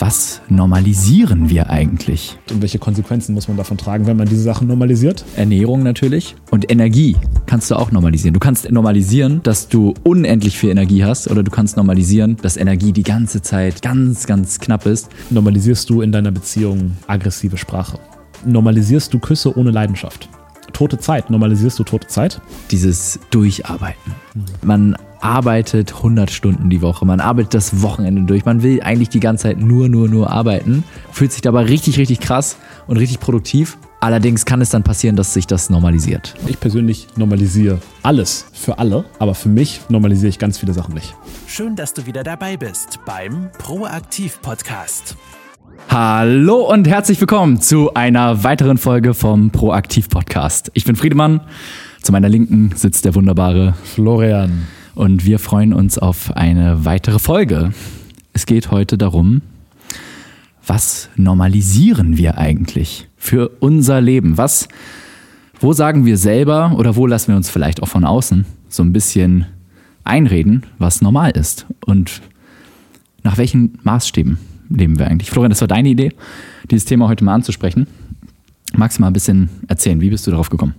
Was normalisieren wir eigentlich? Und welche Konsequenzen muss man davon tragen, wenn man diese Sachen normalisiert? Ernährung natürlich. Und Energie kannst du auch normalisieren. Du kannst normalisieren, dass du unendlich viel Energie hast, oder du kannst normalisieren, dass Energie die ganze Zeit ganz, ganz knapp ist. Normalisierst du in deiner Beziehung aggressive Sprache? Normalisierst du Küsse ohne Leidenschaft? Tote Zeit. Normalisierst du tote Zeit? Dieses Durcharbeiten. Man arbeitet 100 Stunden die Woche, man arbeitet das Wochenende durch, man will eigentlich die ganze Zeit nur arbeiten, fühlt sich dabei richtig, richtig krass und richtig produktiv. Allerdings kann es dann passieren, dass sich das normalisiert. Ich persönlich normalisiere alles für alle, aber für mich normalisiere ich ganz viele Sachen nicht. Schön, dass du wieder dabei bist beim Proaktiv-Podcast. Hallo und herzlich willkommen zu einer weiteren Folge vom Proaktiv-Podcast. Ich bin Friedemann, zu meiner Linken sitzt der wunderbare Florian. Und wir freuen uns auf eine weitere Folge. Es geht heute darum, was normalisieren wir eigentlich für unser Leben? Wo sagen wir selber oder wo lassen wir uns vielleicht auch von außen so ein bisschen einreden, was normal ist? Und nach welchen Maßstäben leben wir eigentlich? Florian, das war deine Idee, dieses Thema heute mal anzusprechen. Magst du mal ein bisschen erzählen, wie bist du darauf gekommen?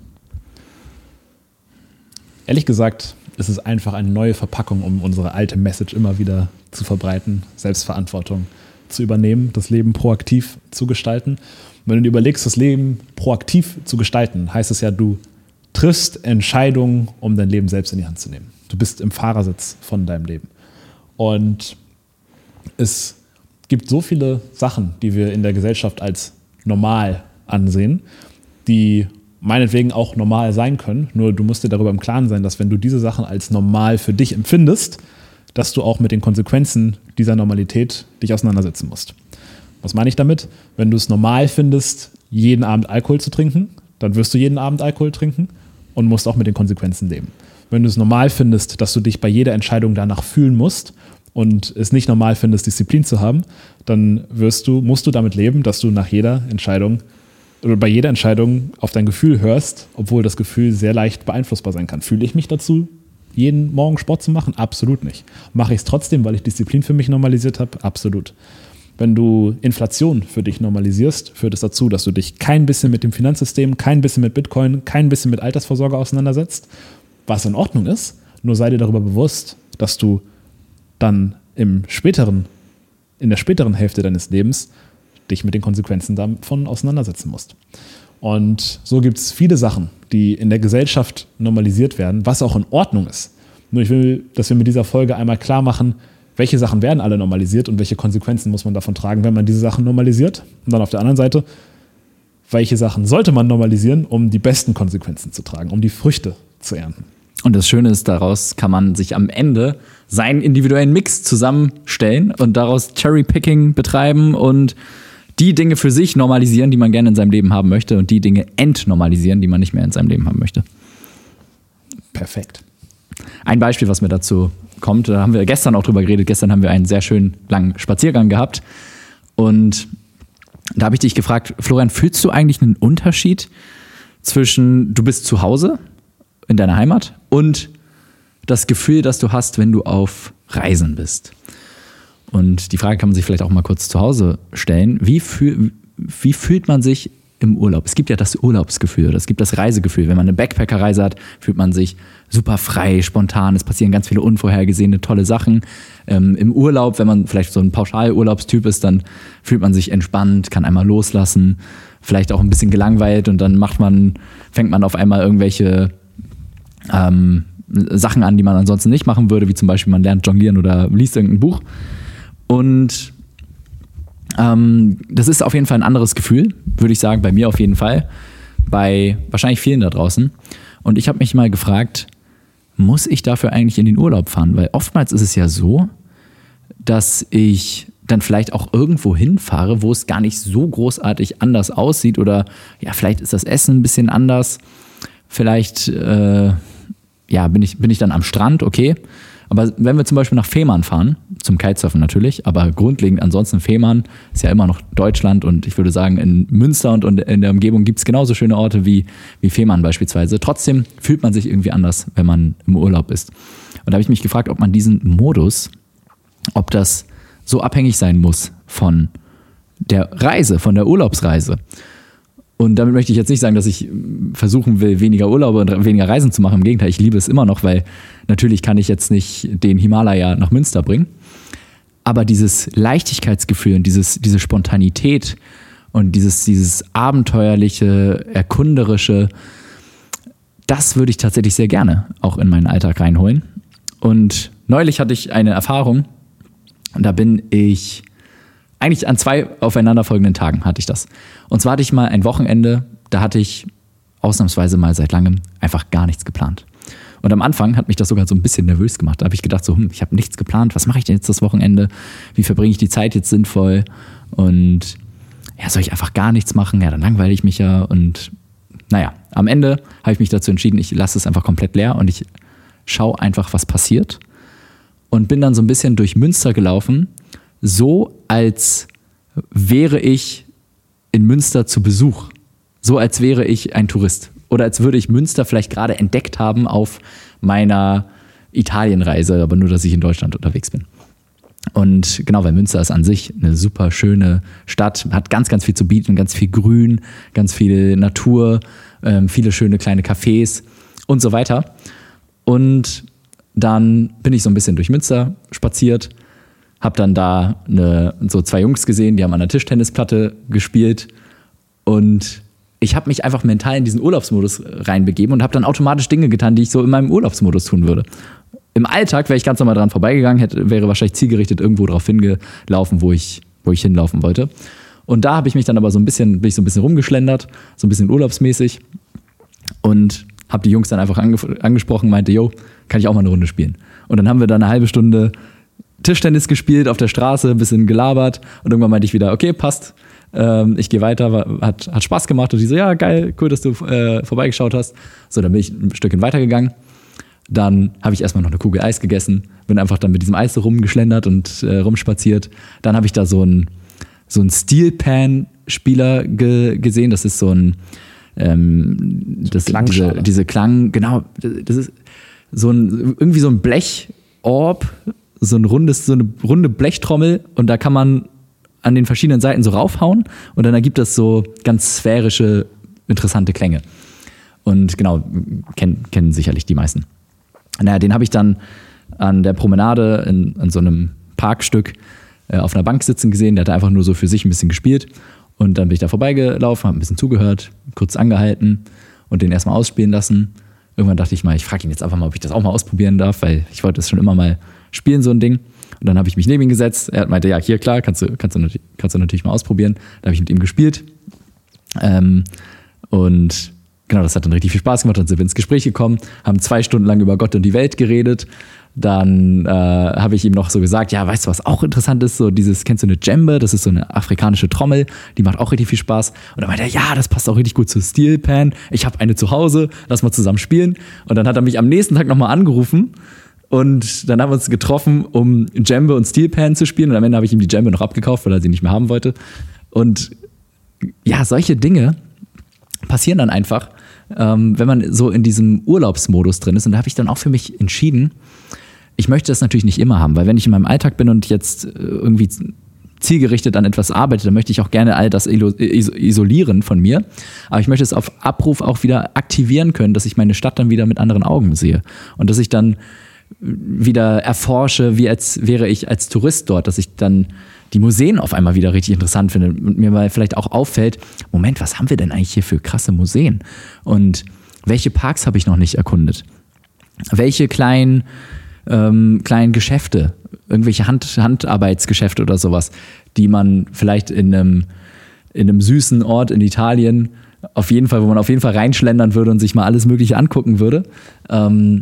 Ehrlich gesagt, es ist einfach eine neue Verpackung, um unsere alte Message immer wieder zu verbreiten, Selbstverantwortung zu übernehmen, das Leben proaktiv zu gestalten. Und wenn du dir überlegst, das Leben proaktiv zu gestalten, heißt es ja, du triffst Entscheidungen, um dein Leben selbst in die Hand zu nehmen. Du bist im Fahrersitz von deinem Leben. Und es gibt so viele Sachen, die wir in der Gesellschaft als normal ansehen, die meinetwegen auch normal sein können, nur du musst dir darüber im Klaren sein, dass wenn du diese Sachen als normal für dich empfindest, dass du auch mit den Konsequenzen dieser Normalität dich auseinandersetzen musst. Was meine ich damit? Wenn du es normal findest, jeden Abend Alkohol zu trinken, dann wirst du jeden Abend Alkohol trinken und musst auch mit den Konsequenzen leben. Wenn du es normal findest, dass du dich bei jeder Entscheidung danach fühlen musst und es nicht normal findest, Disziplin zu haben, dann musst du damit leben, dass du nach jeder Entscheidung oder bei jeder Entscheidung auf dein Gefühl hörst, obwohl das Gefühl sehr leicht beeinflussbar sein kann. Fühle ich mich dazu, jeden Morgen Sport zu machen? Absolut nicht. Mache ich es trotzdem, weil ich Disziplin für mich normalisiert habe? Absolut. Wenn du Inflation für dich normalisierst, führt es dazu, dass du dich kein bisschen mit dem Finanzsystem, kein bisschen mit Bitcoin, kein bisschen mit Altersvorsorge auseinandersetzt, was in Ordnung ist. Nur sei dir darüber bewusst, dass du dann in der späteren Hälfte deines Lebens dich mit den Konsequenzen davon auseinandersetzen musst. Und so gibt es viele Sachen, die in der Gesellschaft normalisiert werden, was auch in Ordnung ist. Nur ich will, dass wir mit dieser Folge einmal klar machen, welche Sachen werden alle normalisiert und welche Konsequenzen muss man davon tragen, wenn man diese Sachen normalisiert. Und dann auf der anderen Seite, welche Sachen sollte man normalisieren, um die besten Konsequenzen zu tragen, um die Früchte zu ernten. Und das Schöne ist, daraus kann man sich am Ende seinen individuellen Mix zusammenstellen und daraus Cherry-Picking betreiben und die Dinge für sich normalisieren, die man gerne in seinem Leben haben möchte, und die Dinge entnormalisieren, die man nicht mehr in seinem Leben haben möchte. Perfekt. Ein Beispiel, was mir dazu kommt, da haben wir gestern auch drüber geredet. Gestern haben wir einen sehr schönen langen Spaziergang gehabt. Und da habe ich dich gefragt, Florian, fühlst du eigentlich einen Unterschied zwischen, du bist zu Hause in deiner Heimat und das Gefühl, das du hast, wenn du auf Reisen bist? Und die Frage kann man sich vielleicht auch mal kurz zu Hause stellen. Wie fühlt man sich im Urlaub? Es gibt ja das Urlaubsgefühl, es gibt das Reisegefühl. Wenn man eine Backpacker-Reise hat, fühlt man sich super frei, spontan. Es passieren ganz viele unvorhergesehene, tolle Sachen. Im Urlaub, wenn man vielleicht so ein Pauschalurlaubstyp ist, dann fühlt man sich entspannt, kann einmal loslassen, vielleicht auch ein bisschen gelangweilt, und dann fängt man auf einmal irgendwelche Sachen an, die man ansonsten nicht machen würde, wie zum Beispiel man lernt jonglieren oder liest irgendein Buch. Und das ist auf jeden Fall ein anderes Gefühl, würde ich sagen, bei mir auf jeden Fall, bei wahrscheinlich vielen da draußen. Und ich habe mich mal gefragt, muss ich dafür eigentlich in den Urlaub fahren? Weil oftmals ist es ja so, dass ich dann vielleicht auch irgendwo hinfahre, wo es gar nicht so großartig anders aussieht, oder ja, vielleicht ist das Essen ein bisschen anders, vielleicht bin ich dann am Strand, okay. Aber wenn wir zum Beispiel nach Fehmarn fahren, zum Kitesurfen natürlich, aber grundlegend ansonsten Fehmarn ist ja immer noch Deutschland, und ich würde sagen, in Münster und in der Umgebung gibt es genauso schöne Orte wie Fehmarn beispielsweise. Trotzdem fühlt man sich irgendwie anders, wenn man im Urlaub ist. Und da habe ich mich gefragt, ob man diesen Modus, ob das so abhängig sein muss von der Reise, von der Urlaubsreise. Und damit möchte ich jetzt nicht sagen, dass ich versuchen will, weniger Urlaube und weniger Reisen zu machen. Im Gegenteil, ich liebe es immer noch, weil natürlich kann ich jetzt nicht den Himalaya nach Münster bringen. Aber dieses Leichtigkeitsgefühl und diese Spontanität und dieses abenteuerliche, erkunderische, das würde ich tatsächlich sehr gerne auch in meinen Alltag reinholen. Und neulich hatte ich eine Erfahrung, und da bin ich eigentlich an 2 aufeinanderfolgenden Tagen hatte ich das. Und zwar hatte ich mal ein Wochenende, da hatte ich ausnahmsweise mal seit langem einfach gar nichts geplant. Und am Anfang hat mich das sogar so ein bisschen nervös gemacht. Da habe ich gedacht so, ich habe nichts geplant, was mache ich denn jetzt das Wochenende? Wie verbringe ich die Zeit jetzt sinnvoll? Und ja, soll ich einfach gar nichts machen? Ja, dann langweile ich mich ja. Und naja, am Ende habe ich mich dazu entschieden, ich lasse es einfach komplett leer und ich schaue einfach, was passiert. Und bin dann so ein bisschen durch Münster gelaufen, so als wäre ich in Münster zu Besuch. So als wäre ich ein Tourist. Oder als würde ich Münster vielleicht gerade entdeckt haben auf meiner Italienreise, aber nur, dass ich in Deutschland unterwegs bin. Und genau, weil Münster ist an sich eine super schöne Stadt, hat ganz, ganz viel zu bieten, ganz viel Grün, ganz viel Natur, viele schöne kleine Cafés und so weiter. Und dann bin ich so ein bisschen durch Münster spaziert, habe dann da so 2 Jungs gesehen, die haben an der Tischtennisplatte gespielt und ich habe mich einfach mental in diesen Urlaubsmodus reinbegeben und habe dann automatisch Dinge getan, die ich so in meinem Urlaubsmodus tun würde. Im Alltag wäre ich ganz normal dran vorbeigegangen, wäre wahrscheinlich zielgerichtet irgendwo drauf hingelaufen, wo ich hinlaufen wollte. Und da habe ich mich dann aber bin ich so ein bisschen rumgeschlendert, so ein bisschen urlaubsmäßig und habe die Jungs dann einfach angesprochen, meinte, yo, kann ich auch mal eine Runde spielen? Und dann haben wir da eine halbe Stunde Tischtennis gespielt auf der Straße, ein bisschen gelabert und irgendwann meinte ich wieder, okay, passt, ich gehe weiter, hat Spaß gemacht und die so, ja, geil, cool, dass du vorbeigeschaut hast. So, dann bin ich ein Stückchen weitergegangen. Dann habe ich erstmal noch eine Kugel Eis gegessen, bin einfach dann mit diesem Eis so rumgeschlendert und rumspaziert. Dann habe ich da so einen Steel-Pan-Spieler gesehen, das ist so ein diese Klang, genau, das ist irgendwie so ein Blechorb, so eine runde Blechtrommel und da kann man an den verschiedenen Seiten so raufhauen und dann ergibt das so ganz sphärische, interessante Klänge. Und genau, kennen sicherlich die meisten. Naja, den habe ich dann an der Promenade an so einem Parkstück auf einer Bank sitzen gesehen. Der hat einfach nur so für sich ein bisschen gespielt. Und dann bin ich da vorbeigelaufen, habe ein bisschen zugehört, kurz angehalten und den erstmal ausspielen lassen. Irgendwann dachte ich mal, ich frage ihn jetzt einfach mal, ob ich das auch mal ausprobieren darf, weil ich wollte das schon immer mal spielen, so ein Ding. Und dann habe ich mich neben ihn gesetzt. Er meinte, ja, hier, klar, kannst du natürlich mal ausprobieren. Da habe ich mit ihm gespielt. Und genau, das hat dann richtig viel Spaß gemacht. Dann sind wir ins Gespräch gekommen, haben 2 Stunden lang über Gott und die Welt geredet. Dann habe ich ihm noch so gesagt, ja, weißt du, was auch interessant ist? So kennst du eine Djembe? Das ist so eine afrikanische Trommel, die macht auch richtig viel Spaß. Und dann meinte er, ja, das passt auch richtig gut zu Steel Pan. Ich habe eine zu Hause, lass mal zusammen spielen. Und dann hat er mich am nächsten Tag nochmal angerufen und dann haben wir uns getroffen, um Djembe und Steel Pan zu spielen. Und am Ende habe ich ihm die Djembe noch abgekauft, weil er sie nicht mehr haben wollte. Und ja, solche Dinge passieren dann einfach, wenn man so in diesem Urlaubsmodus drin ist. Und da habe ich dann auch für mich entschieden, ich möchte das natürlich nicht immer haben, weil wenn ich in meinem Alltag bin und jetzt irgendwie zielgerichtet an etwas arbeite, dann möchte ich auch gerne all das isolieren von mir. Aber ich möchte es auf Abruf auch wieder aktivieren können, dass ich meine Stadt dann wieder mit anderen Augen sehe. Und dass ich dann wieder erforsche, wie als wäre ich als Tourist dort, dass ich dann die Museen auf einmal wieder richtig interessant finde und mir mal vielleicht auch auffällt, Moment, was haben wir denn eigentlich hier für krasse Museen? Und welche Parks habe ich noch nicht erkundet? Welche kleinen Geschäfte, irgendwelche Handarbeitsgeschäfte oder sowas, die man vielleicht in einem süßen Ort in Italien wo man auf jeden Fall reinschlendern würde und sich mal alles Mögliche angucken würde. An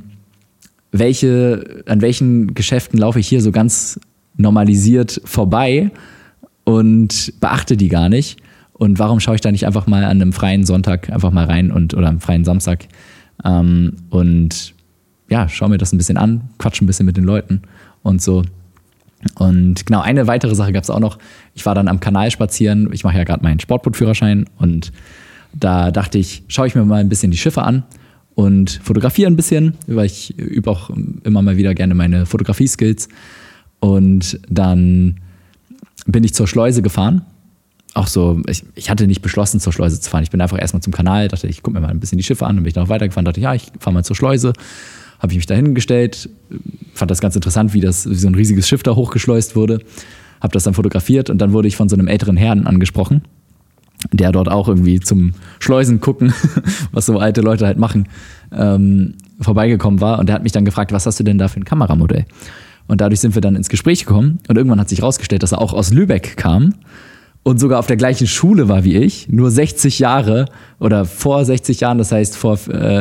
welchen Geschäften laufe ich hier so ganz normalisiert vorbei und beachte die gar nicht? Und warum schaue ich da nicht einfach mal an einem freien Sonntag einfach mal rein oder am freien Samstag und ja, schau mir das ein bisschen an, quatsch ein bisschen mit den Leuten und so. Und genau, eine weitere Sache gab es auch noch. Ich war dann am Kanal spazieren. Ich mache ja gerade meinen Sportbootführerschein und da dachte ich, schaue ich mir mal ein bisschen die Schiffe an und fotografiere ein bisschen, weil ich übe auch immer mal wieder gerne meine Fotografie-Skills. Und dann bin ich zur Schleuse gefahren. Auch so, ich hatte nicht beschlossen, zur Schleuse zu fahren. Ich bin einfach erstmal zum Kanal, dachte, ich gucke mir mal ein bisschen die Schiffe an. Dann bin ich noch weitergefahren, dachte, ja, ich fahre mal zur Schleuse. Habe ich mich da hingestellt, fand das ganz interessant, wie so ein riesiges Schiff da hochgeschleust wurde. Habe das dann fotografiert und dann wurde ich von so einem älteren Herrn angesprochen, der dort auch irgendwie zum Schleusen gucken, was so alte Leute halt machen, vorbeigekommen war. Und der hat mich dann gefragt, was hast du denn da für ein Kameramodell? Und dadurch sind wir dann ins Gespräch gekommen. Und irgendwann hat sich rausgestellt, dass er auch aus Lübeck kam und sogar auf der gleichen Schule war wie ich, nur 60 Jahre oder vor 60 Jahren, das heißt vor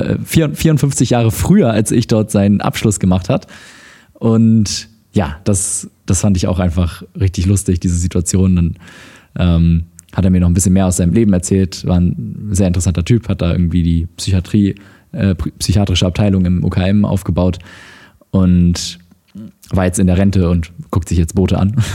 54 Jahre früher, als ich dort seinen Abschluss gemacht hat. Und ja, das fand ich auch einfach richtig lustig, diese Situation. Dann hat er mir noch ein bisschen mehr aus seinem Leben erzählt, war ein sehr interessanter Typ, hat da irgendwie die psychiatrische Abteilung im UKM aufgebaut und war jetzt in der Rente und guckt sich jetzt Boote an.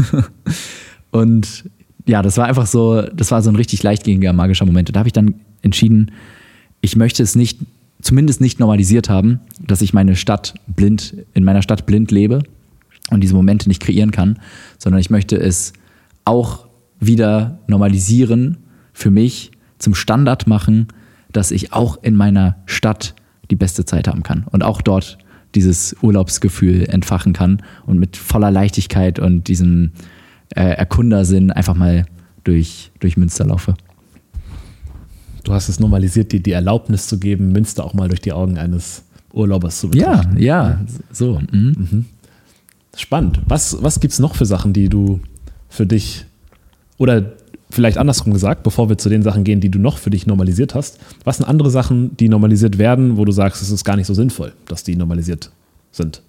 Und ja, das war einfach so, das war so ein richtig leichtgängiger, magischer Moment. Und da habe ich dann entschieden, ich möchte es nicht, zumindest nicht normalisiert haben, dass ich in meiner Stadt blind lebe und diese Momente nicht kreieren kann, sondern ich möchte es auch wieder normalisieren, für mich zum Standard machen, dass ich auch in meiner Stadt die beste Zeit haben kann und auch dort dieses Urlaubsgefühl entfachen kann und mit voller Leichtigkeit und diesem Erkundersinn einfach mal durch Münster laufe. Du hast es normalisiert, dir die Erlaubnis zu geben, Münster auch mal durch die Augen eines Urlaubers zu betrachten. Ja, so. Mhm. Spannend. Was gibt es noch für Sachen, die du für dich, oder vielleicht andersrum gesagt, bevor wir zu den Sachen gehen, die du noch für dich normalisiert hast, was sind andere Sachen, die normalisiert werden, wo du sagst, es ist gar nicht so sinnvoll, dass die normalisiert sind?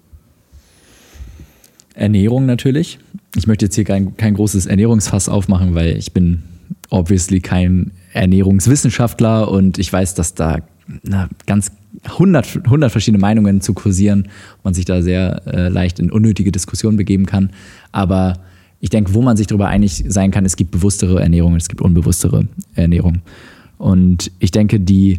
Ernährung natürlich. Ich möchte jetzt hier kein großes Ernährungsfass aufmachen, weil ich bin obviously kein Ernährungswissenschaftler und ich weiß, dass da ganz 100 verschiedene Meinungen zu kursieren, man sich da sehr leicht in unnötige Diskussionen begeben kann. Aber ich denke, wo man sich darüber einig sein kann, es gibt bewusstere Ernährung und es gibt unbewusstere Ernährung. Und ich denke,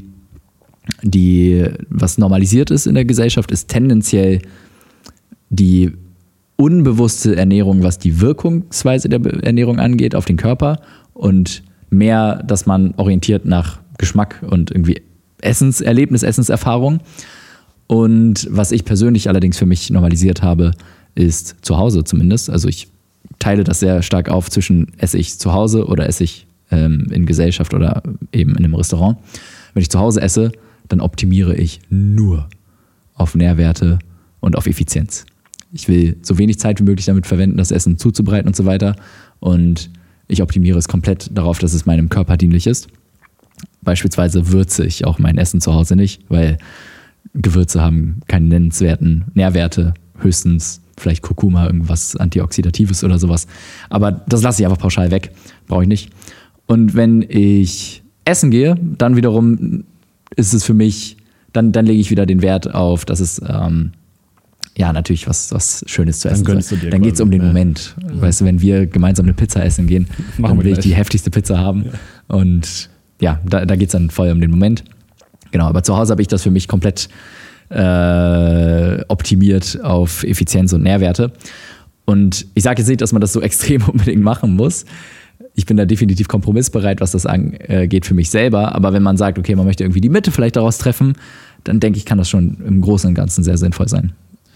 was normalisiert ist in der Gesellschaft, ist tendenziell die unbewusste Ernährung, was die Wirkungsweise der Ernährung angeht, auf den Körper und mehr, dass man orientiert nach Geschmack und irgendwie Essenserfahrung. Und was ich persönlich allerdings für mich normalisiert habe, ist zu Hause zumindest. Also ich teile das sehr stark auf zwischen esse ich zu Hause oder esse ich in Gesellschaft oder eben in einem Restaurant. Wenn ich zu Hause esse, dann optimiere ich nur auf Nährwerte und auf Effizienz. Ich will so wenig Zeit wie möglich damit verwenden, das Essen zuzubereiten und so weiter. Und ich optimiere es komplett darauf, dass es meinem Körper dienlich ist. Beispielsweise würze ich auch mein Essen zu Hause nicht, weil Gewürze haben keine nennenswerten Nährwerte, höchstens vielleicht Kurkuma, irgendwas Antioxidatives oder sowas. Aber das lasse ich einfach pauschal weg, brauche ich nicht. Und wenn ich essen gehe, dann wiederum ist es für mich, dann lege ich wieder den Wert auf, dass es natürlich was Schönes zu essen ist. Dann geht es um den Moment. Weißt du, wenn wir gemeinsam eine Pizza essen gehen, dann will ich die heftigste Pizza haben. Ja. Und ja, da geht es dann voll um den Moment. Genau, aber zu Hause habe ich das für mich komplett optimiert auf Effizienz und Nährwerte. Und ich sage jetzt nicht, dass man das so extrem unbedingt machen muss. Ich bin da definitiv kompromissbereit, was das angeht für mich selber. Aber wenn man sagt, okay, man möchte irgendwie die Mitte vielleicht daraus treffen, dann denke ich, kann das schon im Großen und Ganzen sehr sinnvoll sein.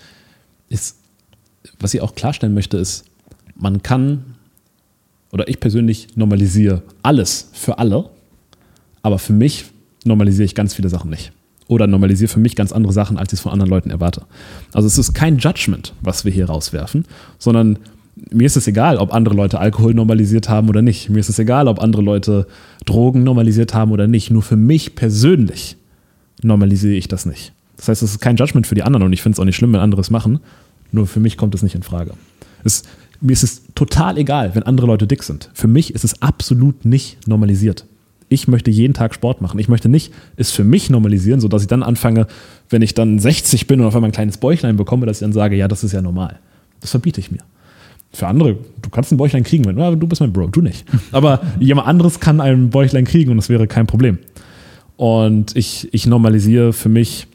Was ich auch klarstellen möchte, ist, man kann, oder ich persönlich normalisiere alles für alle, aber für mich normalisiere ich ganz viele Sachen nicht. Oder normalisiere für mich ganz andere Sachen, als ich es von anderen Leuten erwarte. Also es ist kein Judgment, was wir hier rauswerfen, sondern mir ist es egal, ob andere Leute Alkohol normalisiert haben oder nicht. Mir ist es egal, ob andere Leute Drogen normalisiert haben oder nicht. Nur für mich persönlich normalisiere ich das nicht. Das heißt, es ist kein Judgment für die anderen und ich finde es auch nicht schlimm, wenn andere es machen. Nur für mich kommt es nicht in Frage. Mir ist es total egal, wenn andere Leute dick sind. Für mich ist es absolut nicht normalisiert. Ich möchte jeden Tag Sport machen. Ich möchte nicht es für mich normalisieren, sodass ich dann anfange, wenn ich dann 60 bin und auf einmal ein kleines Bäuchlein bekomme, dass ich dann sage, ja, das ist ja normal. Das verbiete ich mir. Für andere, du kannst ein Bäuchlein kriegen, du bist mein Bro, du nicht. Aber jemand anderes kann ein Bäuchlein kriegen und das wäre kein Problem. Und ich normalisiere für mich,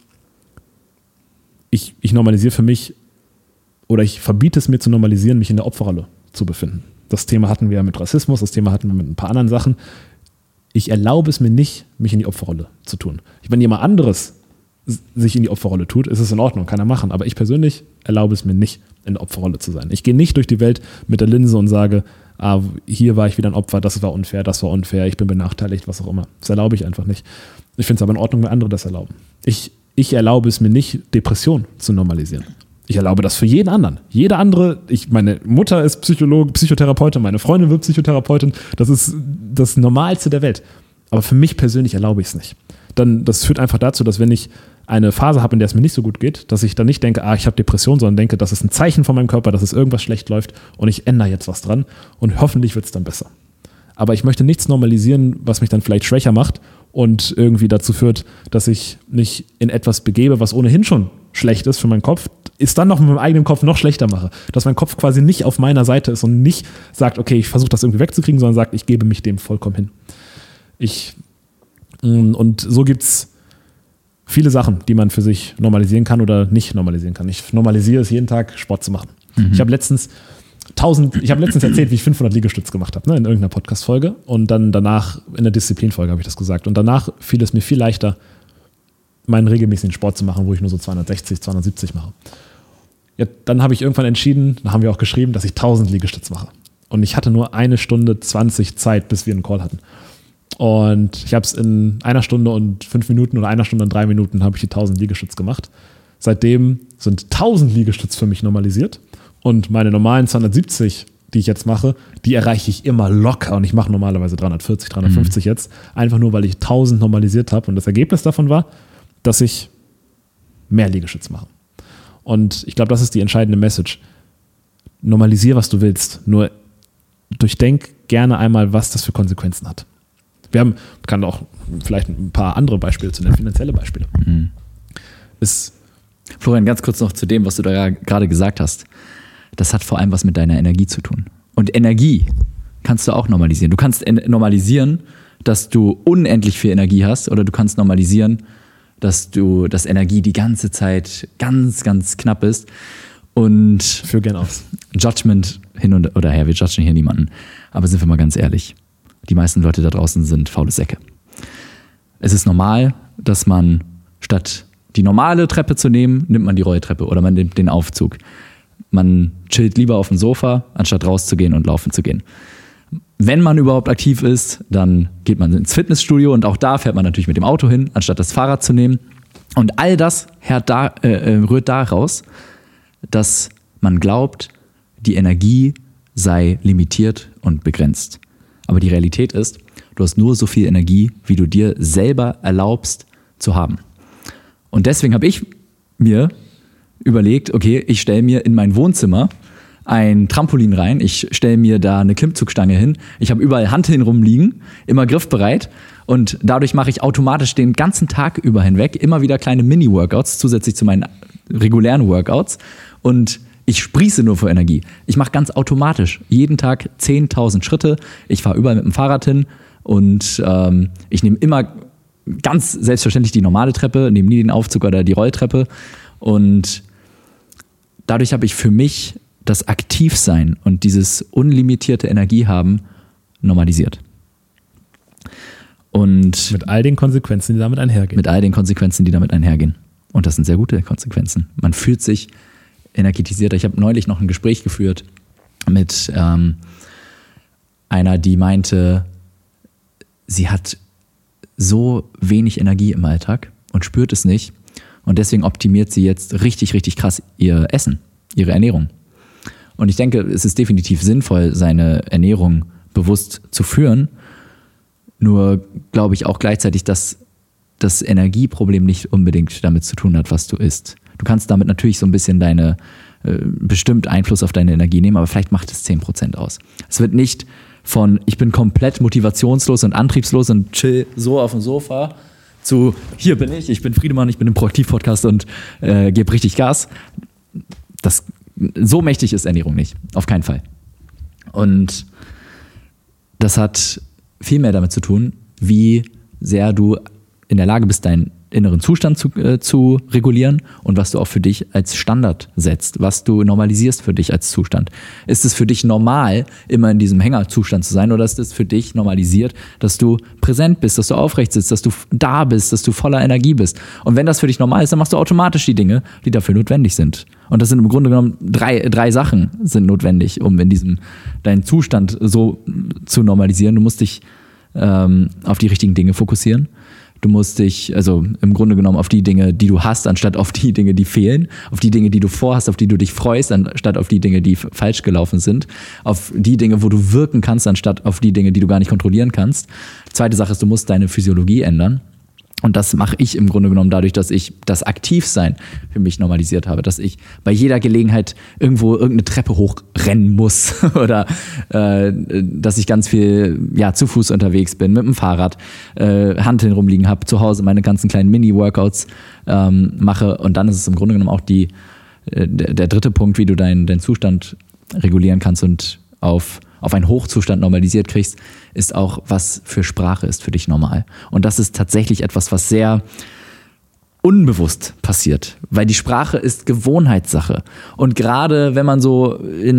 oder ich verbiete es mir zu normalisieren, mich in der Opferrolle zu befinden. Das Thema hatten wir mit Rassismus, das Thema hatten wir mit ein paar anderen Sachen. Ich erlaube es mir nicht, mich in die Opferrolle zu tun. Wenn jemand anderes sich in die Opferrolle tut, ist es in Ordnung, kann er machen. Aber ich persönlich erlaube es mir nicht, in der Opferrolle zu sein. Ich gehe nicht durch die Welt mit der Linse und sage, hier war ich wieder ein Opfer, das war unfair, ich bin benachteiligt, was auch immer. Das erlaube ich einfach nicht. Ich finde es aber in Ordnung, wenn andere das erlauben. Ich erlaube es mir nicht, Depression zu normalisieren. Ich erlaube das für jeden anderen. Jeder andere, meine Mutter ist Psychotherapeutin, meine Freundin wird Psychotherapeutin, das ist das Normalste der Welt. Aber für mich persönlich erlaube ich es nicht. Das führt einfach dazu, dass wenn ich eine Phase habe, in der es mir nicht so gut geht, dass ich dann nicht denke, ich habe Depression, sondern denke, das ist ein Zeichen von meinem Körper, dass es irgendwas schlecht läuft und ich ändere jetzt was dran und hoffentlich wird es dann besser. Aber ich möchte nichts normalisieren, was mich dann vielleicht schwächer macht und irgendwie dazu führt, dass ich mich in etwas begebe, was ohnehin schon schlecht ist für meinen Kopf, ist dann noch mit meinem eigenen Kopf noch schlechter mache. Dass mein Kopf quasi nicht auf meiner Seite ist und nicht sagt, okay, ich versuche das irgendwie wegzukriegen, sondern sagt, ich gebe mich dem vollkommen hin. Und so gibt es viele Sachen, die man für sich normalisieren kann oder nicht normalisieren kann. Ich normalisiere es jeden Tag, Sport zu machen. Ich habe letztens erzählt, wie ich 500 Liegestütze gemacht habe, in irgendeiner Podcast-Folge. Und dann danach, in der Disziplinfolge habe ich das gesagt. Und danach fiel es mir viel leichter, meinen regelmäßigen Sport zu machen, wo ich nur so 260, 270 mache. Ja, dann habe ich irgendwann entschieden, da haben wir auch geschrieben, dass ich 1000 Liegestütze mache. Und ich hatte nur 1 Stunde 20 Zeit, bis wir einen Call hatten. Und ich habe es in 1 Stunde und 5 Minuten oder 1 Stunde und 3 Minuten habe ich die 1000 Liegestütze gemacht. Seitdem sind 1000 Liegestütze für mich normalisiert. Und meine normalen 270, die ich jetzt mache, die erreiche ich immer locker. Und ich mache normalerweise 340, 350 jetzt. Einfach nur, weil ich 1000 normalisiert habe. Und das Ergebnis davon war, dass ich mehr Liegestütze mache. Und ich glaube, das ist die entscheidende Message. Normalisier, was du willst. Nur durchdenk gerne einmal, was das für Konsequenzen hat. Kann auch vielleicht ein paar andere Beispiele zu nennen, finanzielle Beispiele. Florian, ganz kurz noch zu dem, was du da gerade gesagt hast. Das hat vor allem was mit deiner Energie zu tun. Und Energie kannst du auch normalisieren. Du kannst normalisieren, dass du unendlich viel Energie hast, oder du kannst normalisieren, dass Energie die ganze Zeit ganz, ganz knapp ist. Und führ gern aus. Judgment hin oder her, wir judgen hier niemanden. Aber sind wir mal ganz ehrlich, die meisten Leute da draußen sind faule Säcke. Es ist normal, dass man statt die normale Treppe zu nehmen, nimmt man die Rolltreppe oder man nimmt den Aufzug. Man chillt lieber auf dem Sofa, anstatt rauszugehen und laufen zu gehen. Wenn man überhaupt aktiv ist, dann geht man ins Fitnessstudio und auch da fährt man natürlich mit dem Auto hin, anstatt das Fahrrad zu nehmen. Und all das rührt daraus, dass man glaubt, die Energie sei limitiert und begrenzt. Aber die Realität ist, du hast nur so viel Energie, wie du dir selber erlaubst zu haben. Und deswegen habe ich mir überlegt, okay, ich stelle mir in mein Wohnzimmer ein Trampolin rein, ich stelle mir da eine Klimmzugstange hin, ich habe überall Hanteln rumliegen, immer griffbereit, und dadurch mache ich automatisch den ganzen Tag über hinweg immer wieder kleine Mini-Workouts zusätzlich zu meinen regulären Workouts, und ich sprieße nur vor Energie. Ich mache ganz automatisch jeden Tag 10.000 Schritte, ich fahre überall mit dem Fahrrad hin und ich nehme immer ganz selbstverständlich die normale Treppe, nehme nie den Aufzug oder die Rolltreppe, und dadurch habe ich für mich das Aktivsein und dieses unlimitierte Energie haben normalisiert. Und mit all den Konsequenzen, die damit einhergehen. Mit all den Konsequenzen, die damit einhergehen. Und das sind sehr gute Konsequenzen. Man fühlt sich energetisierter. Ich habe neulich noch ein Gespräch geführt mit einer, die meinte, sie hat so wenig Energie im Alltag und spürt es nicht. Und deswegen optimiert sie jetzt richtig, richtig krass ihr Essen, ihre Ernährung. Und ich denke, es ist definitiv sinnvoll, seine Ernährung bewusst zu führen. Nur glaube ich auch gleichzeitig, dass das Energieproblem nicht unbedingt damit zu tun hat, was du isst. Du kannst damit natürlich so ein bisschen bestimmt Einfluss auf deine Energie nehmen, aber vielleicht macht es 10% aus. Es wird nicht von, ich bin komplett motivationslos und antriebslos und chill so auf dem Sofa, zu, hier bin ich bin Friedemann, ich bin im Proaktiv-Podcast und gebe richtig Gas. So mächtig ist Ernährung nicht, auf keinen Fall. Und das hat viel mehr damit zu tun, wie sehr du in der Lage bist, dein inneren Zustand zu regulieren und was du auch für dich als Standard setzt, was du normalisierst für dich als Zustand. Ist es für dich normal, immer in diesem Hängerzustand zu sein, oder ist es für dich normalisiert, dass du präsent bist, dass du aufrecht sitzt, dass du da bist, dass du voller Energie bist? Und wenn das für dich normal ist, dann machst du automatisch die Dinge, die dafür notwendig sind. Und das sind im Grunde genommen drei Sachen sind notwendig, um in deinen Zustand so zu normalisieren. Du musst dich auf die richtigen Dinge fokussieren. Du musst dich, also im Grunde genommen auf die Dinge, die du hast, anstatt auf die Dinge, die fehlen, auf die Dinge, die du vorhast, auf die du dich freust, anstatt auf die Dinge, die falsch gelaufen sind, auf die Dinge, wo du wirken kannst, anstatt auf die Dinge, die du gar nicht kontrollieren kannst. Die zweite Sache ist, du musst deine Physiologie ändern. Und das mache ich im Grunde genommen dadurch, dass ich das Aktivsein für mich normalisiert habe, dass ich bei jeder Gelegenheit irgendwo irgendeine Treppe hochrennen muss oder dass ich ganz viel zu Fuß unterwegs bin, mit dem Fahrrad, Hanteln rumliegen habe, zu Hause meine ganzen kleinen Mini-Workouts mache. Und dann ist es im Grunde genommen auch der dritte Punkt, wie du deinen Zustand regulieren kannst und auf einen Hochzustand normalisiert kriegst, ist auch, was für Sprache ist für dich normal. Und das ist tatsächlich etwas, was sehr unbewusst passiert, weil die Sprache ist Gewohnheitssache. Und gerade wenn man so